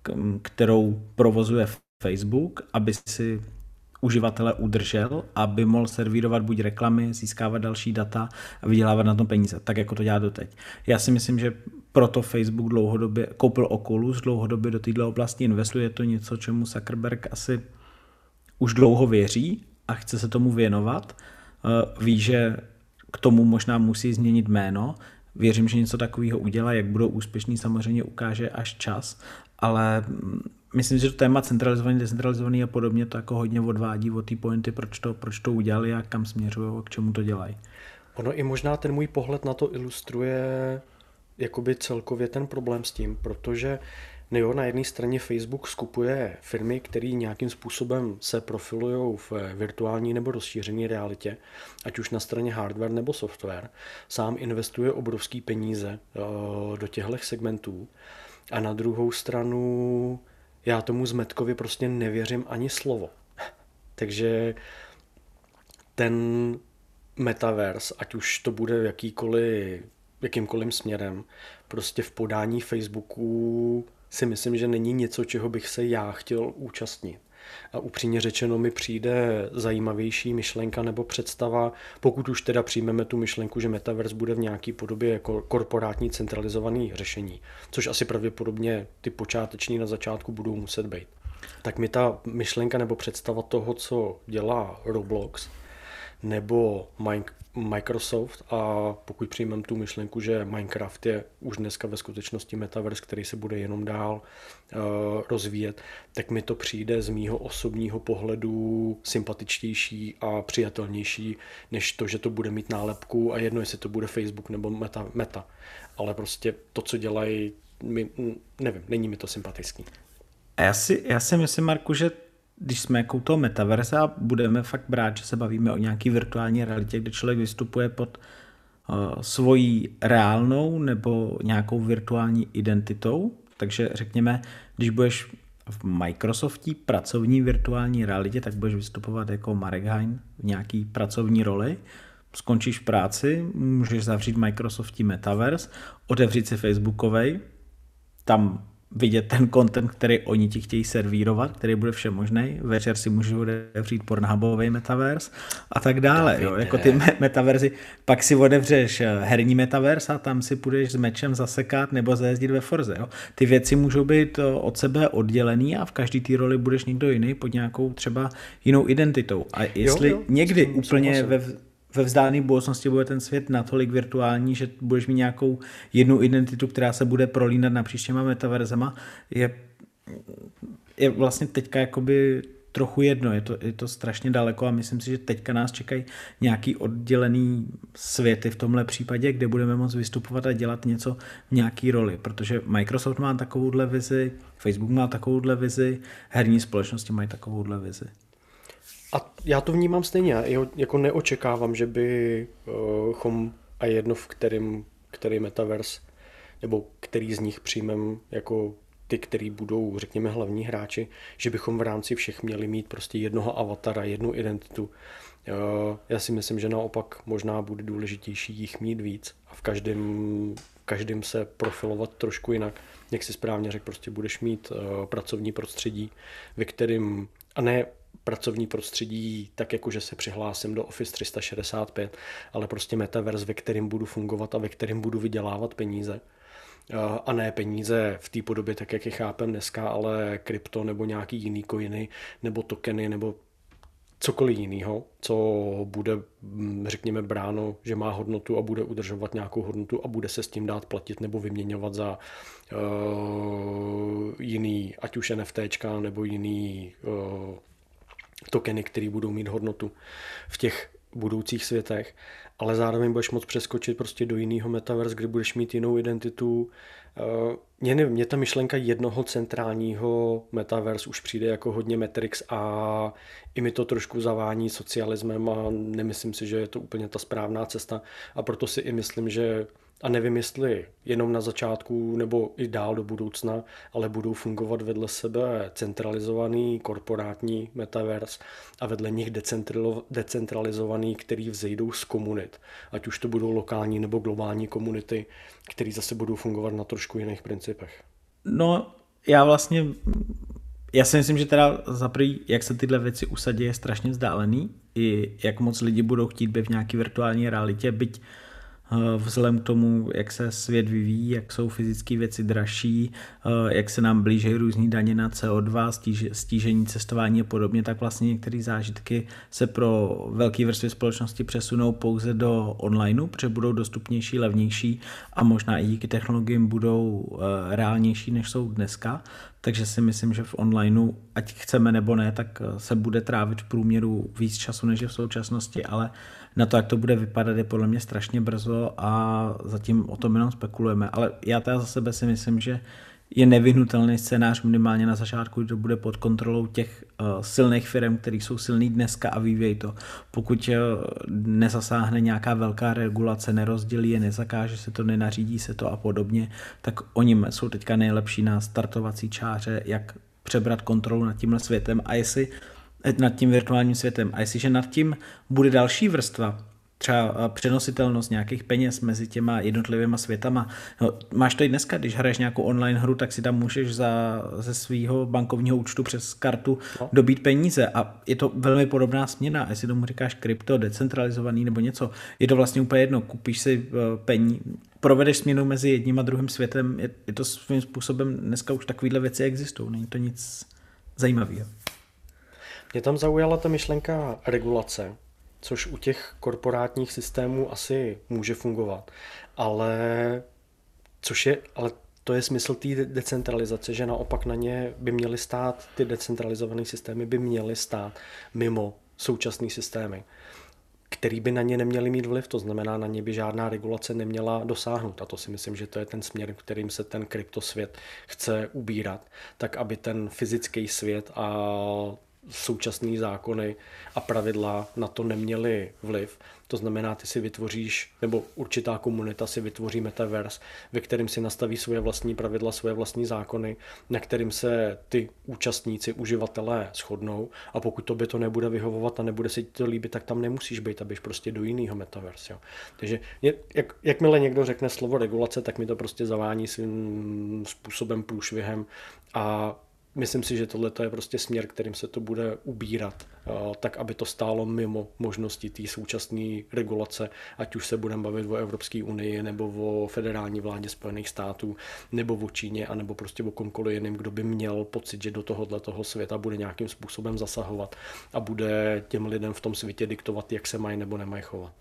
kterou provozuje Facebook, aby si uživatele udržel, aby mohl servírovat buď reklamy, získávat další data a vydělávat na tom peníze, tak jako to dělá doteď. Já si myslím, že proto Facebook dlouhodobě koupil Oculus, dlouhodobě do této oblasti investuje, je to něco, čemu Zuckerberg asi už dlouho věří a chce se tomu věnovat. Ví, že k tomu možná musí změnit jméno. Věřím, že něco takového udělá, jak budou úspěšný, samozřejmě ukáže až čas, ale myslím, že to téma centralizovaný, decentralizovaný a podobně to jako hodně odvádí od té pointy, proč to udělali a kam směřují a k čemu to dělají. Ono i možná ten můj pohled na to ilustruje jakoby celkově ten problém s tím, protože na jedné straně Facebook skupuje firmy, které nějakým způsobem se profilují v virtuální nebo rozšířené realitě, ať už na straně hardware nebo software. Sám investuje obrovský peníze do těchto segmentů. A na druhou stranu já tomu Zmetkovi prostě nevěřím ani slovo. Takže ten metaverse, ať už to bude jakýmkoliv směrem, prostě v podání Facebooku si myslím, že není něco, čeho bych se já chtěl účastnit. A upřímně řečeno mi přijde zajímavější myšlenka nebo představa, pokud už teda přijmeme tu myšlenku, že metaverse bude v nějaké podobě jako korporátní centralizované řešení, což asi pravděpodobně ty počáteční na začátku budou muset být. Tak mi ta myšlenka nebo představa toho, co dělá Roblox nebo Microsoft, a pokud přijmeme tu myšlenku, že Minecraft je už dneska ve skutečnosti metaverse, který se bude jenom dál rozvíjet, tak mi to přijde z mýho osobního pohledu sympatičtější a přijatelnější, než to, že to bude mít nálepku a jedno, jestli to bude Facebook nebo Meta. Ale prostě to, co dělají, nevím, není mi to sympatický. A já si myslím, Marku, že když jsme jako toho metaverse a budeme fakt brát, že se bavíme o nějaký virtuální realitě, kde člověk vystupuje pod svojí reálnou nebo nějakou virtuální identitou, takže řekněme, když budeš v Microsoftí pracovní virtuální realitě, tak budeš vystupovat jako Marek Hein v nějaký pracovní roli, skončíš práci, můžeš zavřít Microsoftí Metaverse, otevřít si Facebookovej, tam vidět ten content, který oni ti chtějí servírovat, který bude všemožný. Večer si můžu otevřít Pornhubový Metaverse a tak dále. Jo? Jako ty metaverzy. Pak si otevřeš herní Metaverse a tam si půjdeš s mečem zasekat nebo zajezdit ve Forze. Jo? Ty věci můžou být od sebe oddělený a v každý té roli budeš někdo jiný pod nějakou třeba jinou identitou. A jestli někdy úplně ve vzdálené budoucnosti bude ten svět natolik virtuální, že budeš mít nějakou jednu identitu, která se bude prolínat napříč těma metaverzema, je vlastně teďka jakoby trochu jedno, je to strašně daleko a myslím si, že teďka nás čekají nějaký oddělený světy v tomhle případě, kde budeme moct vystupovat a dělat něco v nějaký roli, protože Microsoft má takovouhle vizi, Facebook má takovouhle vizi, herní společnosti mají takovouhle vizi. A já to vnímám stejně, jako neočekávám, že bychom a jedno v který metaverse, nebo který z nich přijmem jako ty, který budou, řekněme, hlavní hráči, že bychom v rámci všech měli mít prostě jednoho avatara, jednu identitu. Já si myslím, že naopak možná bude důležitější jich mít víc a v každém se profilovat trošku jinak. Jak si správně řekl, prostě budeš mít pracovní prostředí, ve kterém, a ne pracovní prostředí tak jako, že se přihlásím do Office 365, ale prostě metaverse, ve kterém budu fungovat a ve kterém budu vydělávat peníze. A ne peníze v té podobě, tak jak je chápem dneska, ale krypto nebo nějaký jiný coiny nebo tokeny nebo cokoliv jiného, co bude, řekněme, bráno, že má hodnotu a bude udržovat nějakou hodnotu a bude se s tím dát platit nebo vyměňovat za jiný, ať už NFTčka nebo jiný tokeny, které budou mít hodnotu v těch budoucích světech, ale zároveň budeš moct přeskočit prostě do jiného metaverse, kde budeš mít jinou identitu. Mně ta myšlenka jednoho centrálního metaverse už přijde jako hodně Matrix a i mi to trošku zavání socialismem a nemyslím si, že je to úplně ta správná cesta a proto si i myslím, že a nevím, jestli jenom na začátku nebo i dál do budoucna, ale budou fungovat vedle sebe centralizovaný korporátní metaverse a vedle nich decentralizovaný, který vzejdou z komunit. Ať už to budou lokální nebo globální komunity, které zase budou fungovat na trošku jiných principech. No, já si myslím, že teda zaprý, jak se tyhle věci usadí, je strašně vzdálený. I jak moc lidi budou chtít být v nějaký virtuální realitě, byť vzhledem k tomu, jak se svět vyvíjí, jak jsou fyzické věci dražší, jak se nám blíží různý daně na CO2, stížení cestování a podobně, tak vlastně některé zážitky se pro velké vrstvy společnosti přesunou pouze do onlineu, protože budou dostupnější, levnější a možná i díky technologiím budou reálnější, než jsou dneska. Takže si myslím, že v onlineu, ať chceme nebo ne, tak se bude trávit v průměru víc času, než je v současnosti, ale na to, jak to bude vypadat, je podle mě strašně brzo a zatím o tom jenom spekulujeme. Ale já teda za sebe si myslím, že je nevyhnutelný scénář minimálně na začátku, kdy to bude pod kontrolou těch silných firm, které jsou silný dneska a vyvíjí to. Pokud nezasáhne nějaká velká regulace, nerozdělí je, nezakáže se to, nenařídí se to a podobně, tak oni jsou teďka nejlepší na startovací čáře, jak přebrat kontrolu nad tímhle světem a jestli nad tím virtuálním světem. A jestliže nad tím bude další vrstva, třeba přenositelnost nějakých peněz mezi těma jednotlivými světama. No, máš to i dneska, když hraješ nějakou online hru, tak si tam můžeš ze svého bankovního účtu přes kartu dobít peníze a je to velmi podobná směna. Jestli tomu říkáš krypto, decentralizovaný nebo něco, je to vlastně úplně jedno. Kupíš si provedeš směnu mezi jedním a druhým světem, je to svým způsobem, dneska už takovýhle věci existují, není to nic zajímavého. Mě tam zaujala ta myšlenka regulace, což u těch korporátních systémů asi může fungovat, ale to je smysl té decentralizace, že naopak na ně by měly stát, ty decentralizované systémy by měly stát mimo současné systémy, který by na ně neměli mít vliv, to znamená, na ně by žádná regulace neměla dosáhnout. A to si myslím, že to je ten směr, kterým se ten kryptosvět chce ubírat, tak aby ten fyzický svět a současné zákony a pravidla na to neměly vliv. To znamená, ty si vytvoříš, nebo určitá komunita si vytvoří metaverse, ve kterém si nastaví svoje vlastní pravidla, svoje vlastní zákony, na kterým se ty účastníci, uživatelé shodnou, a pokud tobě to nebude vyhovovat a nebude se ti to líbit, tak tam nemusíš být, abyš prostě do jiného metaverse. Jo. Takže jakmile někdo řekne slovo regulace, tak mi to prostě zavání svým způsobem průšvihem a myslím si, že tohle je prostě směr, kterým se to bude ubírat, tak aby to stálo mimo možnosti té současné regulace, ať už se budeme bavit o Evropské unii, nebo o federální vládě Spojených států, nebo o Číně, anebo prostě o komkoliv jiným, kdo by měl pocit, že do tohoto světa bude nějakým způsobem zasahovat a bude těm lidem v tom světě diktovat, jak se mají nebo nemají chovat.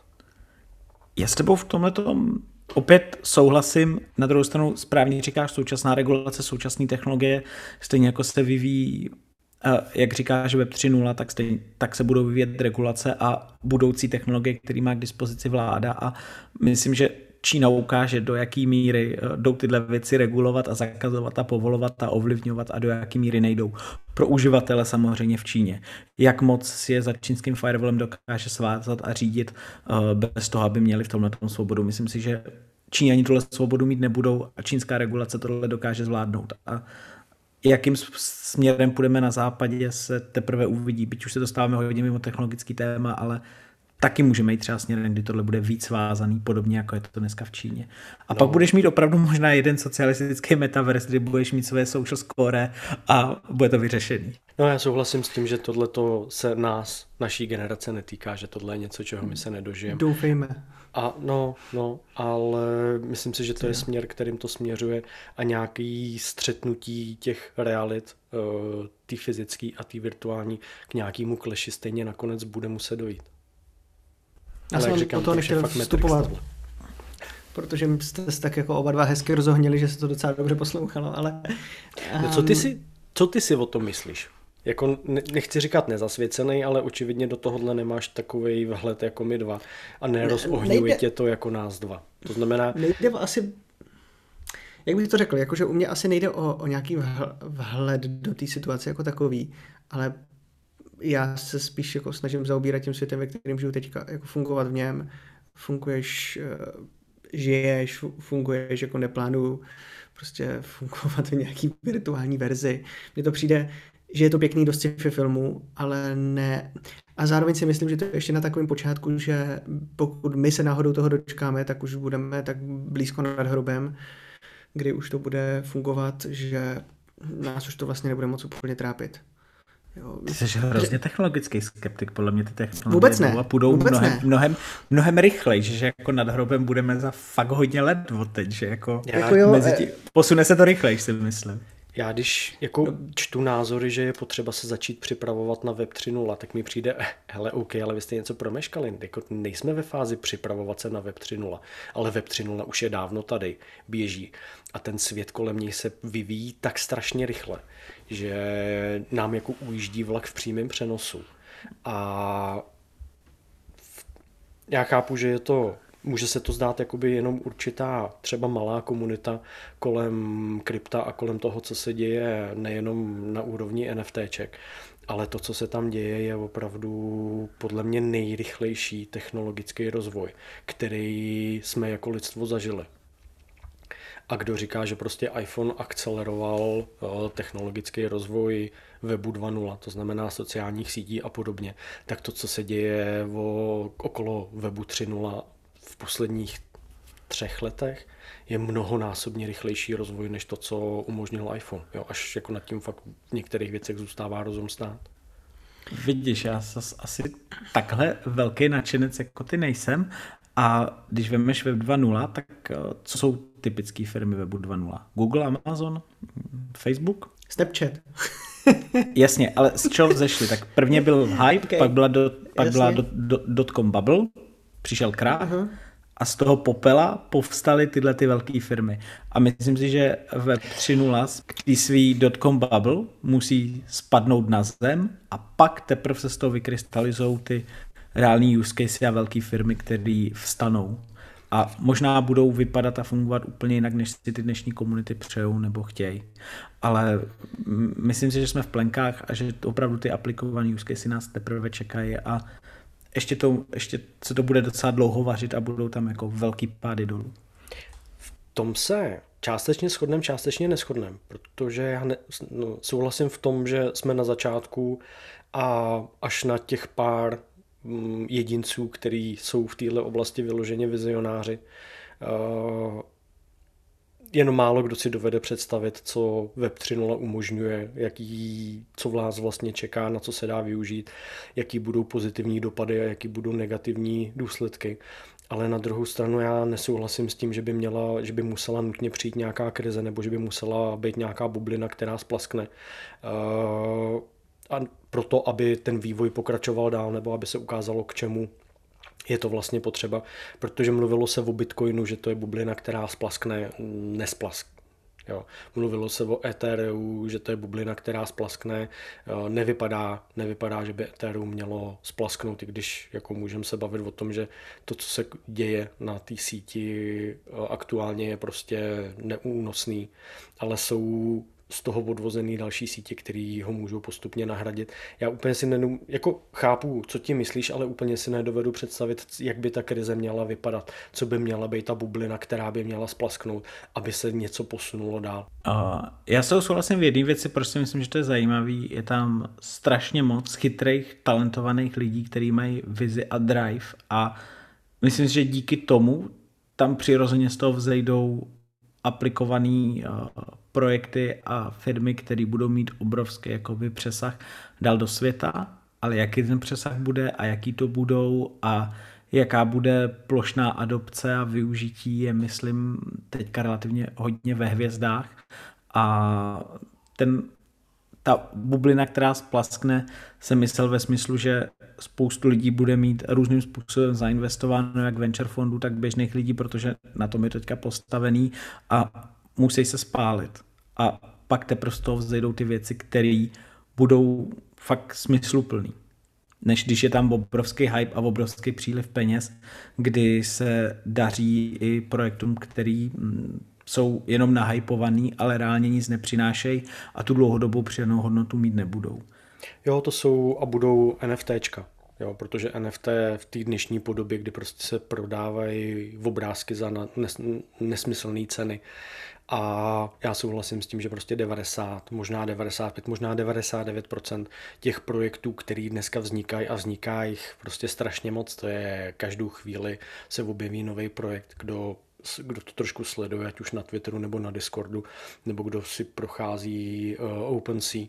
Já s tebou v tomhletom opět souhlasím, na druhou stranu správně říkáš, současná regulace, současné technologie, stejně jako se vyvíjí, jak říkáš, Web 3.0, tak se budou vyvíjet regulace a budoucí technologie, které má k dispozici vláda, a myslím, že Čína ukáže, do jaký míry jdou tyhle věci regulovat a zakazovat a povolovat a ovlivňovat a do jaký míry nejdou. Pro uživatele samozřejmě v Číně. Jak moc si je za čínským firewallem dokáže svázat a řídit bez toho, aby měli v tomhle svobodu. Myslím si, že Číňani tuhle svobodu mít nebudou a čínská regulace tohle dokáže zvládnout. A jakým směrem půjdeme na západě, se teprve uvidí. Byť už se dostáváme hodně mimo technologický téma, ale taky můžeme jít třeba směrem, kdy tohle bude víc vázaný, podobně jako je to dneska v Číně. A pak budeš mít opravdu možná jeden socialistický metaverse, kdy budeš mít své social score a bude to vyřešený. No, já souhlasím s tím, že tohleto se naší generace netýká, že tohle je něco, čeho my se nedožijeme. Doufejme. A ale myslím si, že to je směr, kterým to směřuje, a nějaký střetnutí těch realit, ty fyzický a ty virtuální, k nějakému kleši stejně nakonec bude muset dojít. Já jsem do toho nechtěl vstupovat, protože jste se tak jako oba dva hezky rozohnili, že se to docela dobře poslouchalo, ale... No, co ty si o tom myslíš? Jako nechci říkat nezasvěcený, ale očividně do tohohle nemáš takovej vhled jako my dva a nerozohňuje tě to jako nás dva. To znamená... Nejde asi... Jak bych to řekl, jakože u mě asi nejde o nějaký vhled do té situace jako takový, ale já se spíš jako snažím zaobírat tím světem, ve kterém žiju teďka, jako fungovat v něm, funguješ, žiješ, funguješ, jako neplánuju prostě fungovat v nějaký virtuální verzi. Mně to přijde, že je to pěkný do sci-fi filmu, ale ne. A zároveň si myslím, že to je ještě na takovém počátku, že pokud my se náhodou toho dočkáme, tak už budeme tak blízko nad hrobem, kdy už to bude fungovat, že nás už to vlastně nebude moc úplně trápit. Jo. Ty jsi hrozně technologický skeptik, podle mě ty technologie půjdou mnohem rychleji, že jako nad hrobem budeme za fakt hodně let od teď, že jako posune se to rychleji, si myslím. Já když jako čtu názory, že je potřeba se začít připravovat na Web 3.0, tak mi přijde, hele, OK, ale vy jste něco promeškali, jako nejsme ve fázi připravovat se na Web 3.0, ale Web 3.0 už je dávno tady, běží a ten svět kolem něj se vyvíjí tak strašně rychle, že nám jako ujíždí vlak v přímém přenosu. A já chápu, že je to... Může se to zdát jakoby jenom určitá třeba malá komunita kolem krypta a kolem toho, co se děje nejenom na úrovni NFTček, ale to, co se tam děje, je opravdu podle mě nejrychlejší technologický rozvoj, který jsme jako lidstvo zažili. A kdo říká, že prostě iPhone akceleroval technologický rozvoj webu 2.0, to znamená sociálních sítí a podobně, tak to, co se děje okolo webu 3.0 v posledních 3 letech, je mnohonásobně rychlejší rozvoj než to, co umožnil iPhone. Jo, až jako nad tím fakt v některých věcech zůstává rozum stát. Vidíš, já asi takhle velký nadšenec jako ty nejsem. A když vemeš Web 2.0, tak co jsou typické firmy Webu 2.0? Google, Amazon, Facebook? Snapchat. Jasně, ale z čeho vzešli? Tak prvně byl hype, okay. pak byla dotcom bubble, přišel krach a z toho popela povstaly tyhle ty velké firmy. A myslím si, že Web 3.0 ty svý dotcom bubble musí spadnout na zem a pak teprve se z toho vykrystalizují ty reální use case a velké firmy, které vstanou. A možná budou vypadat a fungovat úplně jinak, než si ty dnešní komunity přejou nebo chtějí. Ale myslím si, že jsme v plenkách a že opravdu ty aplikované use case nás teprve čekají a ještě se to bude docela dlouho vařit a budou tam jako velký pády dolů. V tom se částečně shodneme, částečně neshodneme, protože já souhlasím v tom, že jsme na začátku a až na těch pár jedinců, kteří jsou v této oblasti vyloženě vizionáři. Jen málo kdo si dovede představit, co Web 3.0 umožňuje, co vás vlastně čeká, na co se dá využít, jaký budou pozitivní dopady a jaký budou negativní důsledky. Ale na druhou stranu já nesouhlasím s tím, že by musela nutně přijít nějaká krize nebo že by musela být nějaká bublina, která splaskne. A proto, aby ten vývoj pokračoval dál nebo aby se ukázalo, k čemu je to vlastně potřeba, protože mluvilo se o Bitcoinu, že to je bublina, která splaskne, nesplask. Jo. Mluvilo se o Ethereu, že to je bublina, která splaskne, nevypadá, že by Ethereum mělo splasknout, i když jako můžeme se bavit o tom, že to, co se děje na té síti aktuálně je prostě neúnosný, ale jsou z toho odvozený další sítě, který ho můžou postupně nahradit. Já úplně si jako chápu, co ti myslíš, ale úplně si nedovedu představit, jak by ta krize měla vypadat, co by měla být ta bublina, která by měla splasknout, aby se něco posunulo dál. Já se souhlasím v jedné věci, prostě myslím, že to je zajímavý. Je tam strašně moc chytrých, talentovaných lidí, kteří mají vizi a drive a myslím, že díky tomu tam přirozeně z toho vzejdou aplikované projekty a firmy, které budou mít obrovský jakoby přesah dál do světa, ale jaký ten přesah bude a jaký to budou a jaká bude plošná adopce a využití je, myslím, teďka relativně hodně ve hvězdách a ta bublina, která splaskne, jsem myslel ve smyslu, že spoustu lidí bude mít různým způsobem zainvestováno, jak venture fondů, tak běžných lidí, protože na tom je teďka postavený a musí se spálit. A pak teprve z toho vzejdou ty věci, které budou fakt smysluplný. Než když je tam obrovský hype a obrovský příliv peněz, kdy se daří i projektům, který jsou jenom nahypovaný, ale reálně nic nepřinášejí a tu dlouhodobou přidanou hodnotu mít nebudou. Jo, to jsou a budou NFTčka. Jo, protože NFT v té dnešní podobě, kdy prostě se prodávají obrázky za nesmyslné ceny. A já souhlasím s tím, že prostě 90, možná 95, možná 99% těch projektů, který dneska vznikají a vzniká jich prostě strašně moc, to je každou chvíli se objeví nový projekt, kdo to trošku sleduje, ať už na Twitteru nebo na Discordu, nebo kdo si prochází OpenSea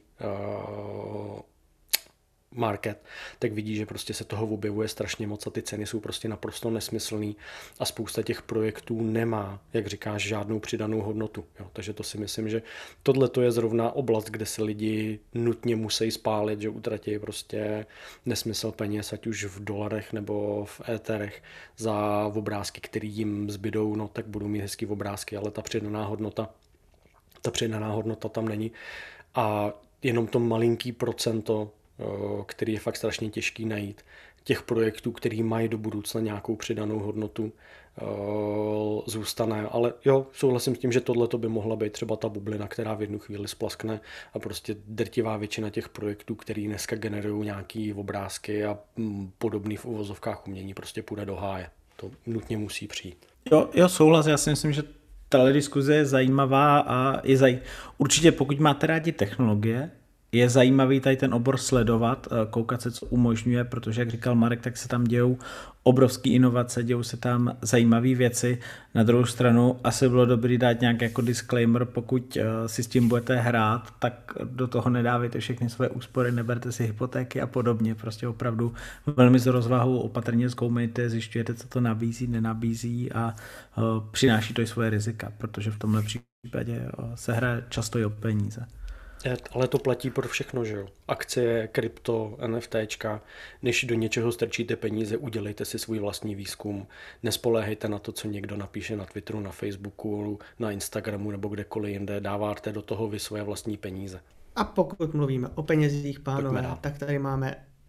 market, tak vidí, že prostě se toho objevuje strašně moc a ty ceny jsou prostě naprosto nesmyslný a spousta těch projektů nemá, jak říkáš, žádnou přidanou hodnotu. Jo, takže to si myslím, že tohle to je zrovna oblast, kde se lidi nutně musí spálit, že utratí prostě nesmysl peněz, ať už v dolarech nebo v éterech za obrázky, které jim zbydou, no tak budou mít hezký obrázky, ale ta přidaná hodnota tam není a jenom to malinký procento, který je fakt strašně těžký najít. Těch projektů, který mají do budoucna nějakou přidanou hodnotu, zůstane. Ale jo, souhlasím s tím, že tohle by mohla být třeba ta bublina, která v jednu chvíli splaskne a prostě drtivá většina těch projektů, který dneska generují nějaký obrázky a podobný v uvozovkách umění, prostě půjde do háje. To nutně musí přijít. Jo, souhlas, já si myslím, že tahle diskuze je zajímavá a určitě pokud máte rádi technologie, je zajímavý tady ten obor sledovat, koukat se, co umožňuje, protože, jak říkal Marek, tak se tam dějou obrovské inovace, dějou se tam zajímavé věci. Na druhou stranu asi bylo dobré dát nějak jako disclaimer, pokud si s tím budete hrát, tak do toho nedávejte všechny své úspory, neberte si hypotéky a podobně. Prostě opravdu velmi s rozvahou opatrně zkoumejte, zjišťujete, co to nabízí, nenabízí a přináší to i svoje rizika, protože v tomhle případě se hraje často i o peníze. Ale to platí pro všechno, že jo? Akcie, krypto, NFTčka, než do něčeho strčíte peníze, udělejte si svůj vlastní výzkum, nespoléhejte na to, co někdo napíše na Twitteru, na Facebooku, na Instagramu nebo kdekoliv jinde, dáváte do toho vy svoje vlastní peníze. A pokud mluvíme o penězích, pánové, tak tady máme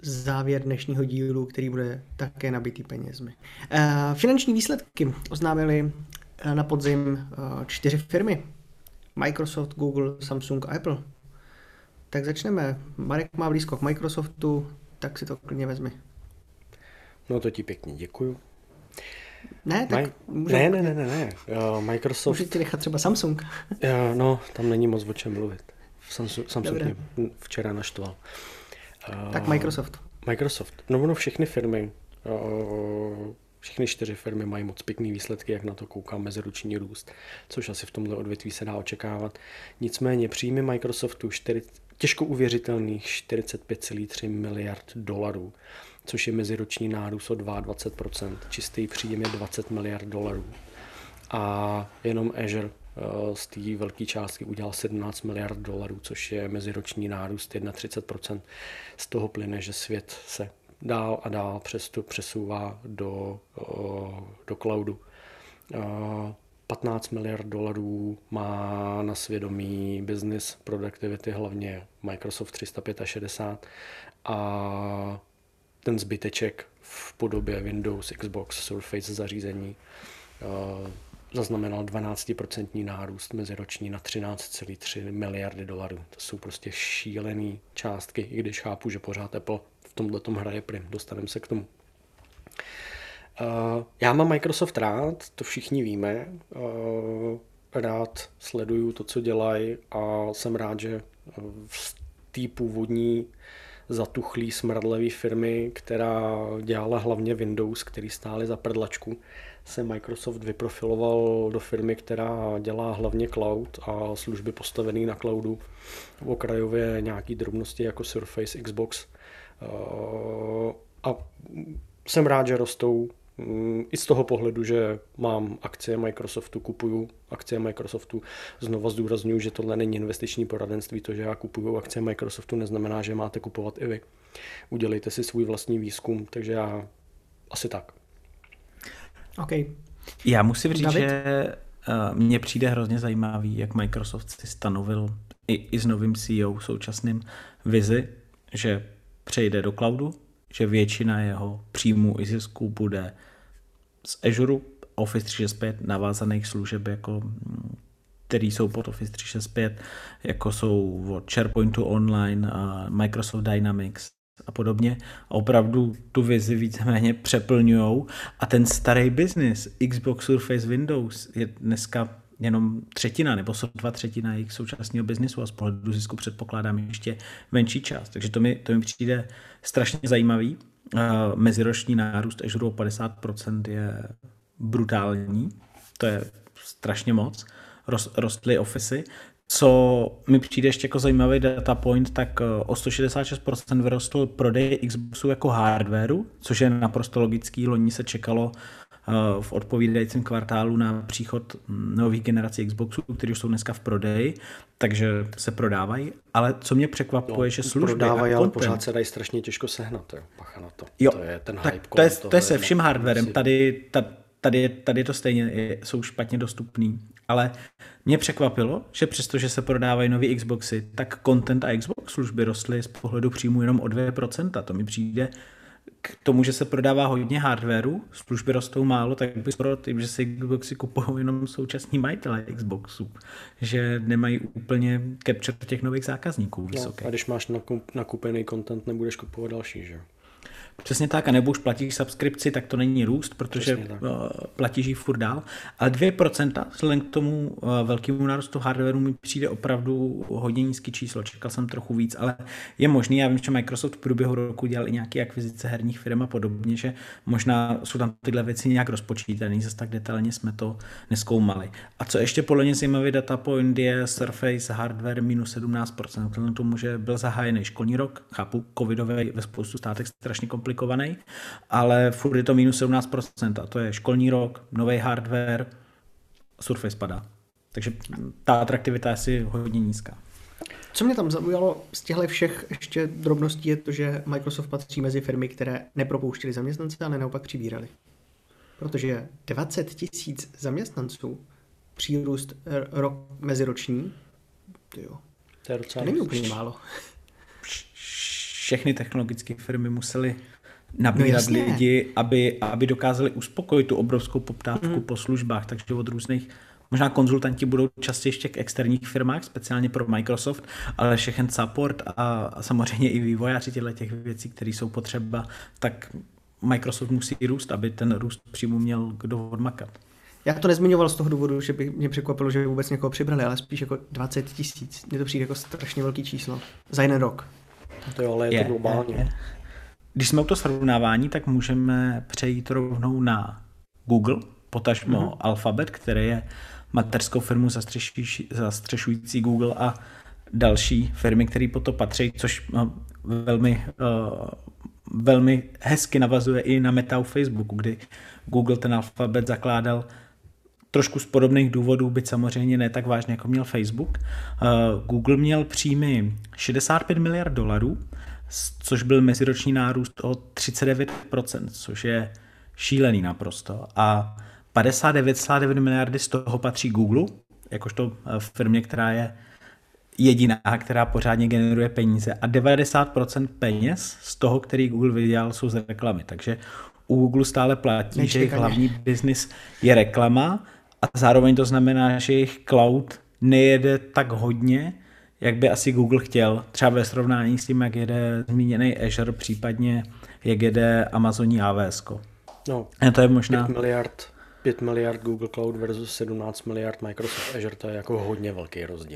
závěr dnešního dílu, který bude také nabitý penězmi. Finanční výsledky oznámili na podzim 4 firmy. Microsoft, Google, Samsung a Apple. Tak začneme. Marek má blízko k Microsoftu, tak si to klidně vezmi. No to ti pěkně děkuju. Ne, tak Ne. Microsoft... Můžete nechat třeba Samsung. No, tam není moc o čem mluvit. Samsung mě včera naštval. Tak Microsoft. No, všechny firmy, všechny 4 firmy mají moc pěkný výsledky, jak na to koukám, meziroční růst, což asi v tomhle odvětví se dá očekávat. Nicméně příjmy Microsoftu těžko uvěřitelných 45,3 miliard dolarů, což je meziroční nárůst o 22%. Čistý příjem je 20 miliard dolarů. A jenom Azure z té velké částky udělal 17 miliard dolarů, což je meziroční nárůst 31%. Z toho plyne, že svět se dál a dál přesouvá do cloudu. 15 miliard dolarů má na svědomí business productivity, hlavně Microsoft 365 a ten zbyteček v podobě Windows, Xbox, Surface zařízení zaznamenal 12% nárůst meziroční na 13,3 miliardy dolarů. To jsou prostě šílené částky, i když chápu, že pořád Apple v tomhletom hraje prim. Dostaneme se k tomu. Já mám Microsoft rád, to všichni víme. Rád sleduju to, co dělají a jsem rád, že v té původní zatuchlý smradlivý firmy, která dělala hlavně Windows, který stály za prdlačku, se Microsoft vyprofiloval do firmy, která dělá hlavně cloud a služby postavené na cloudu. Okrajově nějaký drobnosti jako Surface, Xbox. A jsem rád, že rostou i z toho pohledu, že mám akcie Microsoftu, kupuju akcie Microsoftu. Znova zdůraznuju, že tohle není investiční poradenství. To, že já kupuju akcie Microsoftu, neznamená, že máte kupovat i vy. Udělejte si svůj vlastní výzkum, takže já asi tak. Okay. Já musím říct, že mně přijde hrozně zajímavý, jak Microsoft si stanovil i s novým CEO současným vizi, že přejde do cloudu, že většina jeho příjmů i zisků bude z Azure, Office 365, navázaných služeb, jako, který jsou pod Office 365, jako jsou od SharePointu Online, Microsoft Dynamics a podobně. A opravdu tu vizi víceméně přeplňujou a ten starý business Xbox, Surface, Windows je dneska jenom třetina nebo sotva třetina jejich současného biznisu a z pohledu zisku předpokládám ještě menší část. Takže to mi přijde strašně zajímavý. Meziroční nárůst Azure o 50% je brutální. To je strašně moc. Rostly Office. Co mi přijde ještě jako zajímavý data point, tak o 166% vyrostl prodej Xboxu jako hardwareu, což je naprosto logický. Loni se čekalo v odpovídajícím kvartálu na příchod nových generací Xboxů, které už jsou dneska v prodeji, takže se prodávají. Ale co mě překvapuje, že služby prodávají, ale pořád se dají strašně těžko sehnat. Bacha na to. Jo, to je ten hype. To je se vším hardwarem. Tady je to stejně, jsou špatně dostupný. Ale mě překvapilo, že přestože se prodávají nový Xboxy, tak content a Xbox služby rostly z pohledu příjmu jenom o 2%. To mi přijde k tomu, že se prodává hodně hardwareu, služby rostou málo, tak by skoro tím, že si Xboxy kupují jenom současní majitelé Xboxů, že nemají úplně capture těch nových zákazníků vysoký. No, a když máš nakupený content, nebudeš kupovat další, že? Přesně tak, a nebo už platíš subskripci, tak to není růst, protože platíš ji furt dál. Ale 2% vzhledem k tomu velkému nárůstu hardwareu mi přijde opravdu hodně nízký číslo. Čekal jsem trochu víc, ale je možný. Já vím, že Microsoft v průběhu roku dělal i nějaké akvizice herních firm a podobně, že možná jsou tam tyhle věci nějak rozpočítané, zase tak detailně jsme to nezkoumali. A co ještě podle mě zajímavý data point je Surface hardware minus 17%. Vzhledem k tomu, že byl zahájený školní rok, chápu, covidový ve spoustu státech strašně komplikovaný, ale furt je to minus 17% a to je školní rok, nový hardware, Surface padá. Takže ta atraktivita je asi hodně nízká. Co mě tam zaujalo z těchto všech ještě drobností je to, že Microsoft patří mezi firmy, které nepropouštěly zaměstnance, ale naopak přibírali. Protože 20 000 zaměstnanců, přírůst rok meziroční, to není úplně málo. všechny technologické firmy musely nabírat lidi, aby dokázali uspokojit tu obrovskou poptávku po službách, takže od různých, možná konzultanti budou častěji v těch externích firmách, speciálně pro Microsoft, ale všechen support a samozřejmě i vývojáři těch věcí, které jsou potřeba, tak Microsoft musí růst, aby ten růst příjmu měl kdo odmakat. Já to nezmiňoval z toho důvodu, že by mě překvapilo, že by vůbec někoho přibrali, ale spíš jako 20 000. Mně to přijde jako strašně velký číslo. Za jeden rok. To jo, ale je to globálně. Když jsme u to srovnávání, tak můžeme přejít rovnou na Google, potažmo Alphabet, který je mateřskou firmu zastřešující Google a další firmy, které po to patří, což velmi hezky navazuje i na Meta u Facebooku, kdy Google ten Alphabet zakládal trošku z podobných důvodů, byť samozřejmě ne tak vážně, jako měl Facebook. Google měl příjmy $65 miliard, což byl meziroční nárůst o 39%, což je šílený naprosto. A 59,9 miliardy z toho patří Google, jakožto firmě, která je jediná, která pořádně generuje peníze. A 90% peněz z toho, který Google vydělal, jsou z reklamy. Takže u Google stále platí, že jejich hlavní biznis je reklama a zároveň to znamená, že jejich cloud nejede tak hodně, jak by asi Google chtěl. Třeba ve srovnání s tím, jak jede zmíněný Azure, případně jak jede Amazoní AWS. No, a to je možná 5 miliard Google Cloud versus 17 miliard Microsoft Azure, to je jako hodně velký rozdíl.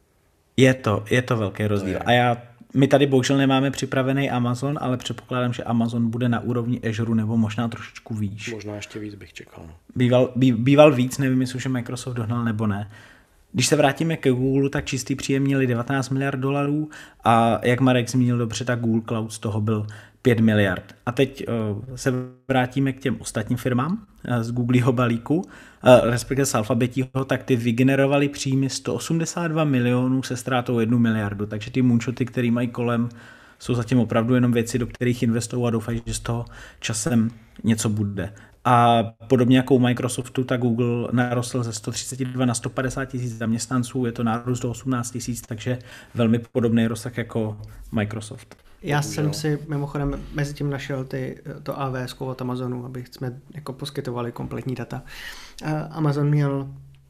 Je to velký rozdíl. A my tady bohužel nemáme připravený Amazon, ale předpokládám, že Amazon bude na úrovni Azure nebo možná trošičku výš. Možná ještě víc bych čekal. Býval víc, nevím, jestli už Microsoft dohnal nebo ne. Když se vrátíme ke Google, tak čistý příjem měli $19 miliard a jak Marek zmínil dobře, tak Google Cloud z toho byl 5 miliard. A teď se vrátíme k těm ostatním firmám z Googleho balíku, respektive z Alphabetího, tak ty vygenerovali příjmy 182 milionů se ztrátou 1 miliardu, takže ty moonshoty, které mají kolem, jsou zatím opravdu jenom věci, do kterých investují a doufají, že z toho časem něco bude. A podobně jako u Microsoftu, tak Google narostl ze 132 na 150 tisíc zaměstnanců, je to nárůst do 18 tisíc, takže velmi podobný rozsah jako Microsoft. Já jsem si mimochodem mezi tím našel to AWS od Amazonu, aby jsme jako poskytovali kompletní data. Amazon měl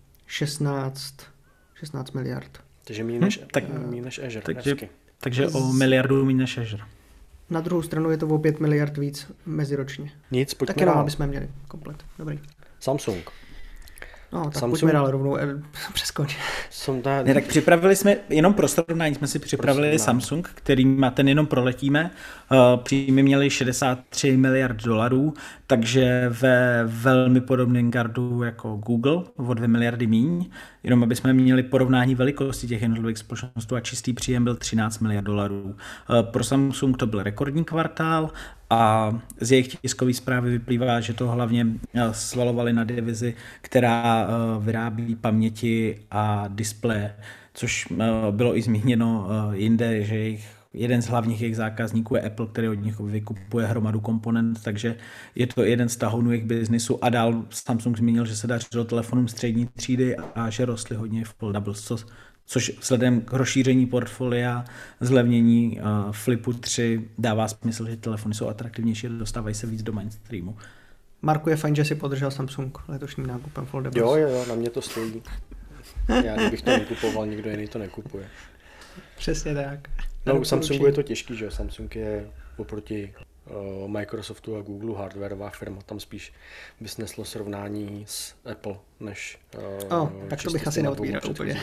16 miliard. Takže méně než Azure. Takže o miliardu méně než Azure. Na druhou stranu je to o 5 miliard víc meziročně. Nic, pojďme tak jenom, aby jsme měli komplet. Dobrý. Samsung. No, tak pojďme dál rovnou přeskoč. Ne, tak připravili jsme, jenom pro srovnání jsme si připravili Samsung, kterým ten jenom proletíme. Příjmy měli 63 miliard dolarů, takže ve velmi podobném gardu jako Google, o 2 miliardy míň. Jenom aby jsme měli porovnání velikosti těch jednotlivých společností a čistý příjem byl 13 miliard dolarů. Pro Samsung to byl rekordní kvartál a z jejich tiskové zprávy vyplývá, že to hlavně svalovali na divizi, která vyrábí paměti a displeje, což bylo i zmíněno jinde, že jeden z hlavních jejich zákazníků je Apple, který od nich vykupuje hromadu komponent, takže je to jeden z tahounů jejich biznisu a dál Samsung zmínil, že se dařilo telefonům střední třídy a že rostly hodně foldables, což vzhledem k rozšíření portfolia, zlevnění Flipu 3 dává smysl, že telefony jsou atraktivnější a dostávají se víc do mainstreamu. Marku, je fajn, že si podržel Samsung letošním nákupem foldables. Jo, na mě to stojí. Já kdybych to nekupoval, nikdo jiný to nekupuje. Přesně tak. No, u Samsungu je to těžký, že Samsung je oproti Microsoftu a Google hardwareová firma, tam spíš by sneslo srovnání s Apple, než tak to bych asi neodbíral úplně.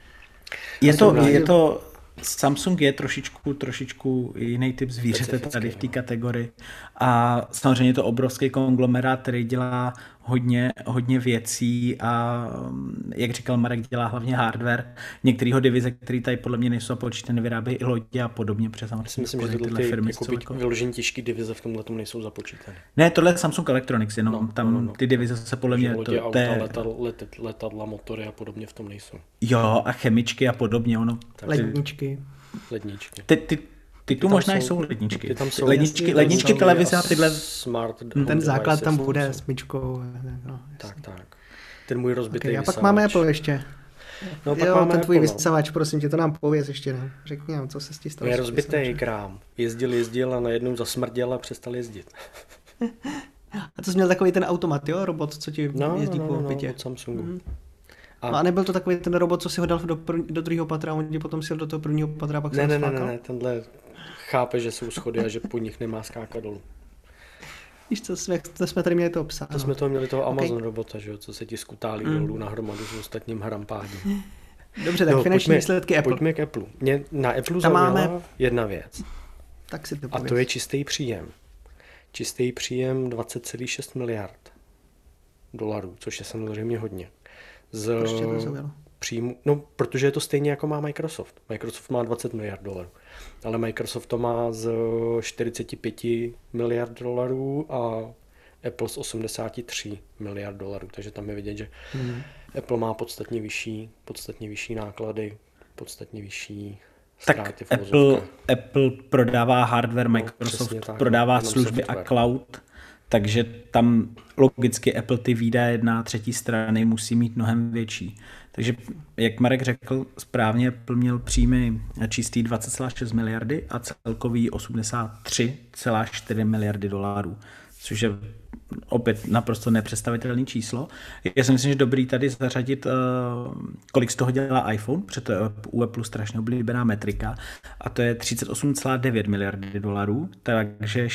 Je to Samsung je trošičku jiný typ zvířete tady v té kategorii a samozřejmě je to obrovský konglomerát, který dělá hodně věcí a jak říkal Marek, dělá hlavně hardware. Některého divize, které tady podle mě nejsou započítané, vyrábějí i lodě a podobně. Myslím, že tyhle firmy jako vyložení těžké divize v tomhle tom nejsou započítané. Ne, tohle je Samsung Electronics, jenom ty divize se podle mě... Lodě, letadla, motory a podobně v tom nejsou. Jo, a chemičky a podobně. Ledničky. Ty tu možná jsou ledničky. Ledničky, televize a tyhle... Smart ten základ tam bude s myčkou. Tak. Ten můj rozbitý a pak máme Apple ještě. No, pak jo, máme ten tvůj Apple, no. vysavač, prosím tě, to nám pověz ještě, ne? Řekni nám, co se s tím stalo. Je rozbitý krám. Jezdil a najednou zasmrděl a přestal jezdit. A to jsi měl takový ten automat, jo? Robot, co ti jezdí po bytě. od Samsungu. A nebyl to takový ten robot, co si ho dal do druhého patra a on ti potom si do toho prvního patra a pak se skákal? Ne, tenhle chápe, že jsou schody a že po nich nemá skákat dolů. Víš co, to jsme tady měli toho psa. To jsme toho měli toho Amazon robota, že jo, co se ti skutálí dolů na hromadu s ostatním hrampádím. Dobře, tak finanční výsledky Apple. Pojďme k Apple. Mě na Apple zaujala jedna věc. Tak si to a to je čistý příjem. Čistý příjem 20,6 miliard dolarů, což je samozřejmě hodně. Proč tě to zaujalo? Příjmu, no, protože je to stejně jako má Microsoft. Microsoft má 20 miliard dolarů, ale Microsoft to má z 45 miliard dolarů a Apple z 83 miliard dolarů, takže tam je vidět, že Apple má podstatně vyšší náklady, podstatně vyšší ztráty v uvozovkách. Apple prodává hardware, Microsoft prodává služby a cloud, takže tam logicky Apple ty výdaje na třetí strany musí mít mnohem větší. Takže, jak Marek řekl, správně Apple měl příjmy čistý 20,6 miliardy a celkový 83,4 miliardy dolarů, což je opět naprosto nepředstavitelné číslo. Já si myslím, že dobrý tady zařadit, kolik z toho dělá iPhone, protože to je u Apple strašně oblíbená metrika, a to je 38,9 miliardy dolarů, takže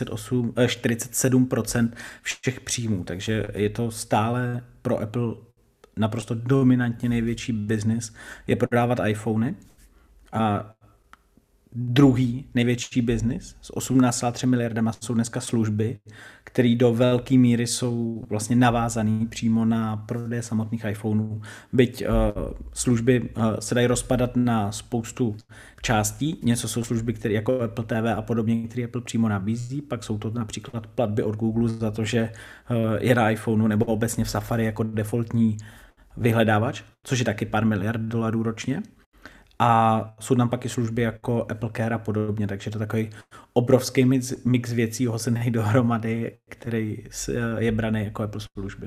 47% všech příjmů, takže je to stále pro Apple naprosto dominantně největší biznis je prodávat iPhony a druhý největší biznis s 18,3 miliardama jsou dneska služby, které do velké míry jsou vlastně navázané přímo na prodej samotných iPhoneů. Byť služby se dají rozpadat na spoustu částí, něco jsou služby, které jako Apple TV a podobně, které Apple přímo nabízí, pak jsou to například platby od Google za to, že je na iPhoneu nebo obecně v Safari jako defaultní vyhledávač, což je taky pár miliard dolarů ročně. A jsou tam pak i služby jako Apple Care a podobně, takže to je takový obrovský mix věcí hozený dohromady, který je braný jako Apple služby.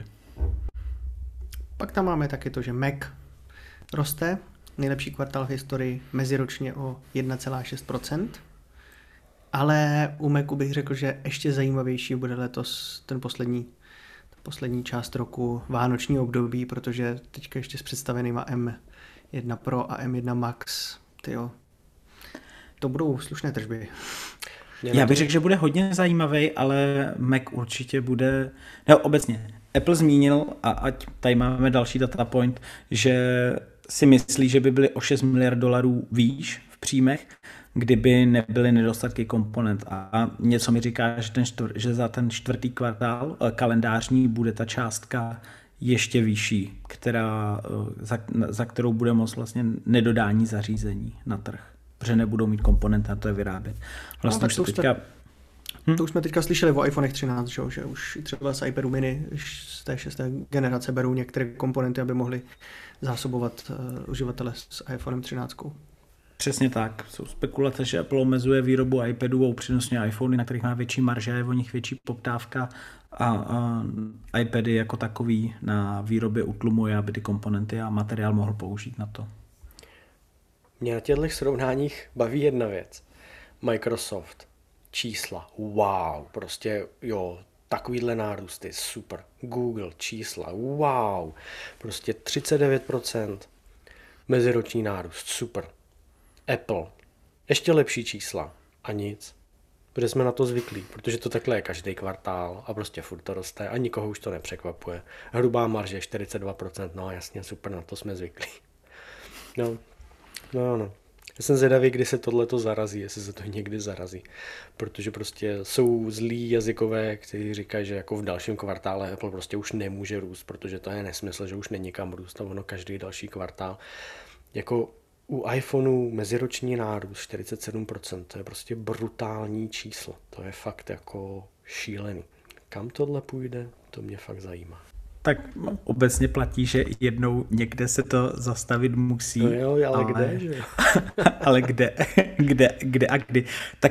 Pak tam máme taky to, že Mac roste, nejlepší kvartál v historii, meziročně o 1,6%, ale u Macu bych řekl, že ještě zajímavější bude letos ten poslední část roku, vánoční období, protože teďka ještě s představenýma M1 Pro a M1 Max, tyjo, to budou slušné tržby. Já bych řekl, že bude hodně zajímavý, ale Mac určitě bude, no obecně, Apple zmínil, a ať tady máme další data point, že si myslí, že by byly o 6 miliard dolarů výš v příjmech, kdyby nebyly nedostatky komponent. A něco mi říká, že za ten čtvrtý kvartál kalendářní bude ta částka ještě vyšší, za kterou bude moct vlastně nedodání zařízení na trh, protože nebudou mít komponenty na to je vyrábět. Vlastně to už jsme teďka slyšeli o iPhone 13, že už třeba z iPadu mini z té 6. generace berou některé komponenty, aby mohli zásobovat uživatele s iPhonem 13. Přesně tak. Jsou spekulace, že Apple omezuje výrobu iPadů a upřednostňuje iPhony, na kterých má větší marže, je o nich větší poptávka a iPady jako takový na výrobě utlumuje, aby ty komponenty a materiál mohl použít na to. Mě na těchto srovnáních baví jedna věc. Microsoft, čísla, wow, prostě jo, takovýhle nárůsty, super. Google, čísla, wow, prostě 39%, meziroční nárůst, super. Apple, ještě lepší čísla a nic, protože jsme na to zvyklí, protože to takhle je každý kvartál a prostě furt to roste a nikoho už to nepřekvapuje. Hrubá marže 42%, no jasně, super, na to jsme zvyklí. No. Já jsem zvědavý, kdy se tohleto zarazí, jestli se to někdy zarazí, protože prostě jsou zlí jazykové, kteří říkají, že jako v dalším kvartále Apple prostě už nemůže růst, protože to je nesmysl, že už není kam růst a ono každý další kvartál. Jako u iPhoneu meziroční nárůst 47%, to je prostě brutální číslo, to je fakt jako šílený. Kam tohle půjde, to mě fakt zajímá. Tak obecně platí, že jednou někde se to zastavit musí. No jo, ale kde, že? Ale kde a kdy. Tak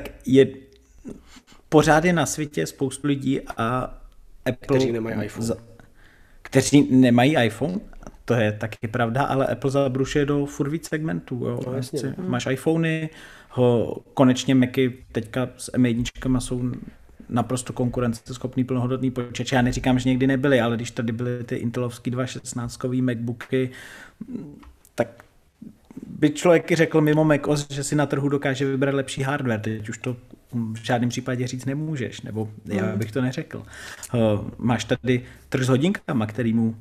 pořád je na světě spoustu lidí a Apple... Kteří nemají iPhone. Kteří nemají iPhone, To je taky pravda, ale Apple zabrušuje do furt víc segmentů. Jo. No, jasně. Máš iPhony, konečně Macy teďka s M1 jsou naprosto konkurenceschopný plnohodnotný počítač. Já neříkám, že někdy nebyly, ale když tady byly ty Intelovský 2.16kový MacBooky, tak by člověk řekl mimo macOS, že si na trhu dokáže vybrat lepší hardware. Teď už to v žádném případě říct nemůžeš, nebo já bych to neřekl. Máš tady trh s hodinkama, kterýmu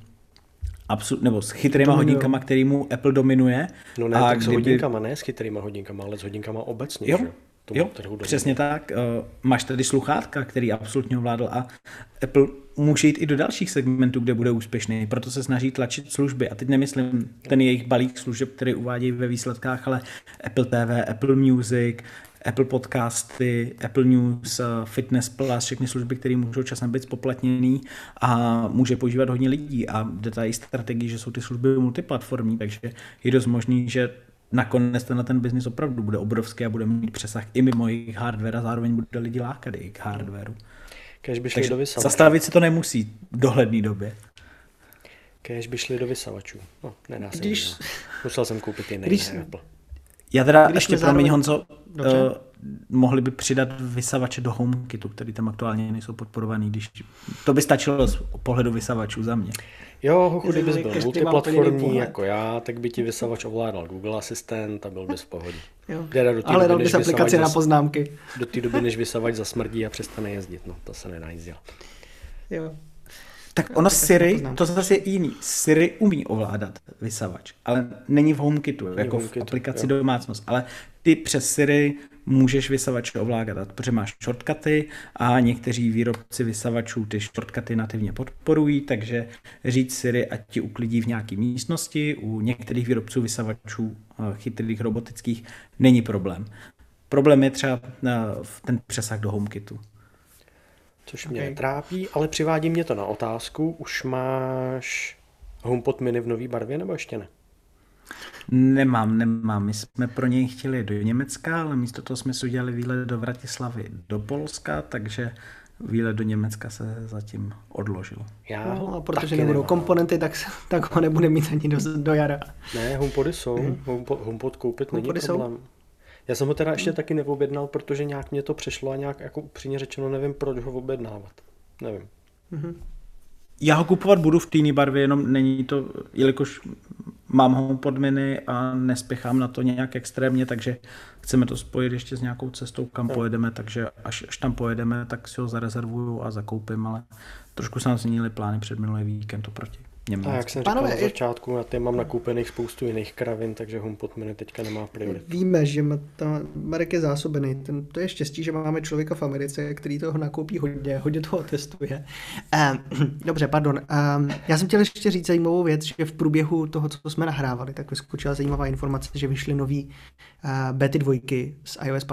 nebo s chytrýma hodinkama, kterýmu Apple dominuje. No ne, tak s hodinkama, ne s chytrýma hodinkama, ale s hodinkama obecně. Jo, že? Jo, přesně tak. Máš tady sluchátka, který absolutně ovládl a Apple může jít i do dalších segmentů, kde bude úspěšný, proto se snaží tlačit služby. A teď nemyslím ten jejich balík služeb, který uvádějí ve výsledkách, ale Apple TV, Apple Music, Apple Podcasty, Apple News, Fitness Plus, všechny služby, které můžou časem být spoplatněný a může používat hodně lidí. A jde tady strategii, že jsou ty služby multiplatformní, takže je dost možný, že nakonec ten biznis opravdu bude obrovský a bude mít přesah i mimo jejich hardware a zároveň bude lidi lákat jejich hardwareu. Kéž by šli do vysavačů. Zastavit si to nemusí v dohledné době. Kéž by šli do vysavačů. No, nedá se. Musel jsem koupit jiný Apple. Já teda ještě promiň, Honzo, mohli by přidat vysavače do HomeKitu, který tam aktuálně nejsou podporovaný, když to by stačilo z pohledu vysavačů za mě. Jo, kdyby bys byl multiplatformní jako já, tak by ti vysavač ovládal Google Asistent a byl bys v pohodě. Ale dal bys aplikaci na poznámky. Do té doby, než vysavač zasmrdí a přestane jezdit, no to se nedá nic dělat. Jo. Tak ono Siri, to zase je jiný. Siri umí ovládat vysavač, ale není v HomeKitu, jako v aplikaci domácnost. Ale ty přes Siri můžeš vysavač ovládat, protože máš shortcuty a někteří výrobci vysavačů ty shortcuty nativně podporují, takže říct Siri, ať ti uklidí v nějaké místnosti, u některých výrobců vysavačů chytrých robotických není problém. Problém je třeba ten přesah do HomeKitu. Což mě trápí, ale přivádí mě to na otázku. Už máš HomePod mini v nový barvě, nebo ještě ne? Nemám. My jsme pro něj chtěli do Německa, ale místo toho jsme si udělali výlet do Vratislavy do Polska, takže výlet do Německa se zatím odložil. A protože nebudou komponenty, tak ho nebude mít ani do jara. Ne, HomePody jsou. HomePod koupit není problém. Já jsem ho teda ještě taky neobjednal, protože nějak mě to přešlo a nějak jako upřímně řečeno nevím, proč ho objednávat. Nevím. Já ho kupovat budu v téné barvě, jenom není to, jelikož mám ho pod mini a nespěchám na to nějak extrémně, takže chceme to spojit ještě s nějakou cestou, kam pojedeme, takže až tam pojedeme, tak si ho zarezervuju a zakoupím, ale trošku se nám změnily plány před minulý víkend oproti Německu. A jak jsem říkal na začátku, já mám nakoupených spoustu jiných kravin, takže HomePod mini teďka nemá prioritu. Víme, že Marek je zásobený. To je štěstí, že máme člověka v Americe, který toho nakoupí hodně toho testuje. Dobře, pardon. Já jsem chtěl ještě říct zajímavou věc, že v průběhu toho, co jsme nahrávali, tak vyskočila zajímavá informace, že vyšly nový bety 2 s iOS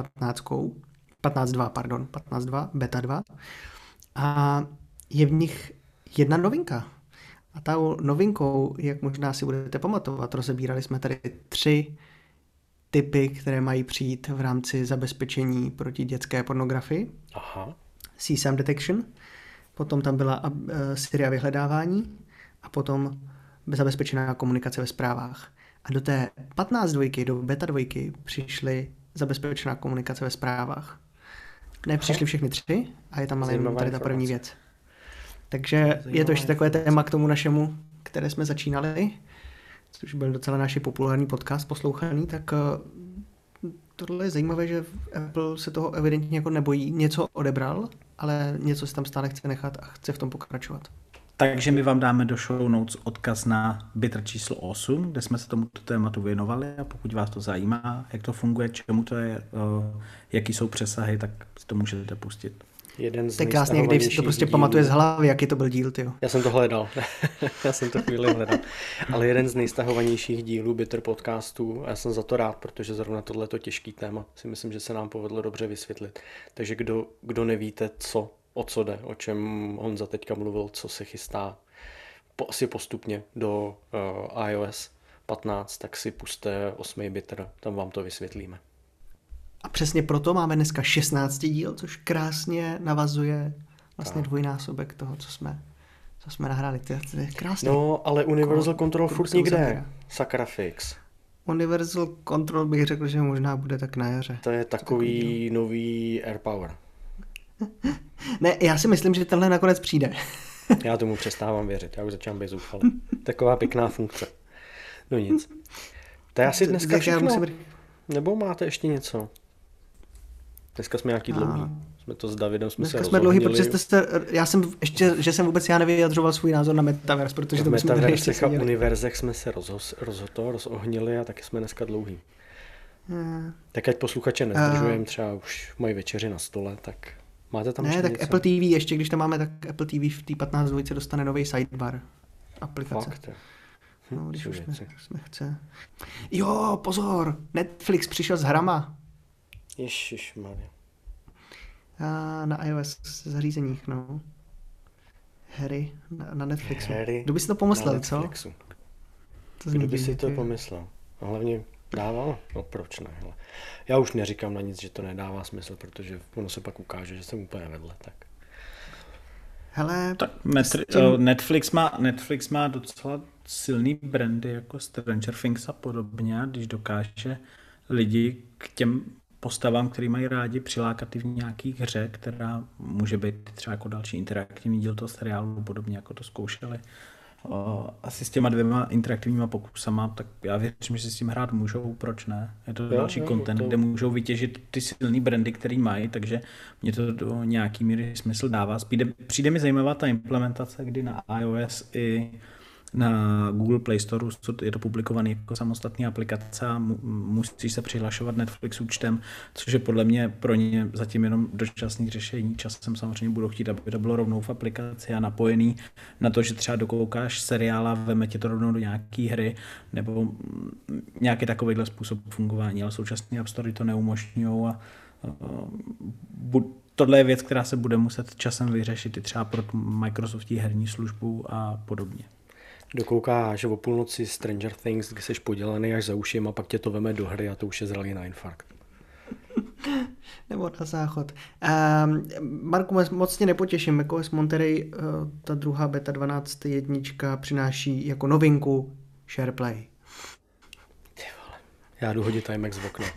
15.2, beta 2. A je v nich jedna novinka. A tou novinkou, jak možná si budete pamatovat, rozebírali jsme tady 3 typy, které mají přijít v rámci zabezpečení proti dětské pornografii. Aha. CSAM detection, potom tam byla Siri a vyhledávání a potom zabezpečená komunikace ve zprávách. A do té 15.2, do beta 2 přišly zabezpečená komunikace ve zprávách. Nepřišly všechny 3 a je tam ale jenom tady ta první věc. Takže je to ještě takové téma k tomu našemu, které jsme začínali, což byl docela náš populární podcast poslouchaný, tak tohle je zajímavé, že Apple se toho evidentně jako nebojí. Něco odebral, ale něco si tam stále chce nechat a chce v tom pokračovat. Takže my vám dáme do show notes odkaz na Bitter číslo 8, kde jsme se tomuto tématu věnovali a pokud vás to zajímá, jak to funguje, čemu to je, jaký jsou přesahy, tak si to můžete pustit. Tak krásně, jak Dave si to prostě pamatuje z hlavy, jaký to byl díl, tyjo. Já jsem to hledal. Já jsem to chvíli hledal. Ale jeden z nejstahovanějších dílů Bitter podcastu a já jsem za to rád, protože zrovna tohleto těžký téma si myslím, že se nám povedlo dobře vysvětlit. Takže kdo nevíte, o co jde, o čem Honza teďka mluvil, co se chystá si postupně do iOS 15, tak si puste 8. Bitter, tam vám to vysvětlíme. A přesně proto máme dneska 16. díl, což krásně navazuje vlastně dvojnásobek toho, Co jsme nahráli, to je krásný. No, ale Universal Control furt nikde. Sakra fix. Universal Control bych řekl, že možná bude tak na jaře. To je takový nový AirPower. Ne, já si myslím, že tenhle nakonec přijde. Já tomu přestávám věřit, já už začínám být zoufalý. Taková pěkná funkce. No nic. To je asi dneska všechno. Nebo máte ještě něco? Dneska jsme nějaký dlouhý. Jsme to s Davidem dneska jsme dlouhý, protože já jsem ještě, že jsem vůbec nevyjadřoval svůj názor na Metaverse, protože to bychom tady ještě seděli. V Univerzech jsme se rozohnili a taky jsme dneska dlouhý. Tak ať posluchače nezdržujeme, třeba už mají večeři na stole, tak máte tam ještě tak něco? Apple TV, ještě když tam máme, tak Apple TV v té 15 dostane nový sidebar aplikace. Fakt, no, když už jsme chce. Jo, pozor, Netflix přišel s hrama. Ježišmarja. Na iOS zařízeních, no. Hry na Netflixu. Kdo by si to pomyslel, co? Kdo by si to pomyslel? A hlavně dávalo? No proč ne? Hele. Já už neříkám na nic, že to nedává smysl, protože ono se pak ukáže, že jsem úplně vedle, tak. Hele, tak Netflix má docela silný brandy jako Stranger Things a podobně, když dokáže lidi k těm postavám, který mají rádi, přilákat i v nějakých hře, která může být třeba jako další interaktivní díl toho seriálu, podobně jako to zkoušeli. Asi s těma 2 interaktivníma pokusama, tak já věřím, že si s tím hrát můžou, proč ne? Je to další content, kde můžou vytěžit ty silný brandy, který mají, takže mě to do nějaký míry smysl dává. Přijde mi zajímavá ta implementace, kdy na iOS i na Google Play Store je to publikovaný jako samostatný aplikace a musíš se přihlašovat Netflix účtem, což je podle mě pro ně zatím jenom dočasný řešení. Časem samozřejmě budou chtít, aby to bylo rovnou v aplikaci a napojený na to, že třeba dokoukáš seriál a veme tě to rovnou do nějaký hry nebo nějaký takovýhle způsob fungování, ale současný App Store to neumožňují a tohle je věc, která se bude muset časem vyřešit i třeba pro Microsoftí herní službu a podobně. Dokoukáš o půlnoci Stranger Things, kdy jsi podělaný až za uším a pak tě to veme do hry a to už je zralý na infarkt. Nebo na záchod. Marku, moc tě nepotěším. macOS Monterey, ta druhá beta 12.1 přináší jako novinku SharePlay. Ty vole, já jdu hodit iMac z okna.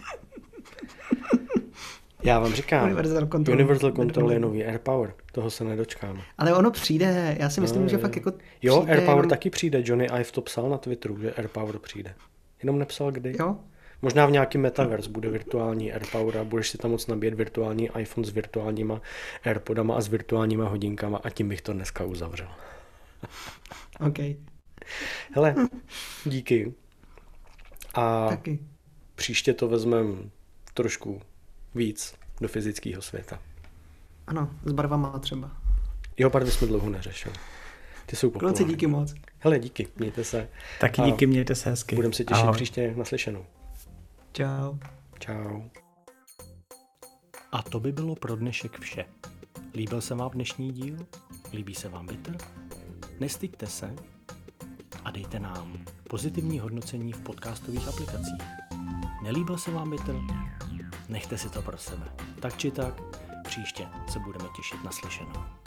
Já vám říkám, Universal Control je nový AirPower, toho se nedočkáme. Ale ono přijde, já si myslím, že fakt jako jo, AirPower taky přijde, Johnny Ive to psal na Twitteru, že AirPower přijde. Jenom nepsal kdy. Jo? Možná v nějaký metaverse bude virtuální AirPower a budeš si tam moc nabíjet virtuální iPhone s virtuálníma AirPodama a s virtuálníma hodinkama a tím bych to dneska uzavřel. OK. Hele, díky. A taky. Příště to vezmeme trošku víc do fyzického světa. Ano, s barvama třeba. Jo, barvy jsme dlouho neřešili. Ty jsou populární. Kluci, díky moc. Hele, díky, mějte se. Taky díky, mějte se hezky. Budeme se těšit příště naslyšenou. Čau. Čau. A to by bylo pro dnešek vše. Líbil se vám dnešní díl? Líbí se vám Bitter? Nestyďte se a dejte nám pozitivní hodnocení v podcastových aplikacích. Nelíbil se vám Bitter? Nechte si to pro sebe. Tak či tak, příště se budeme těšit na slyšenou.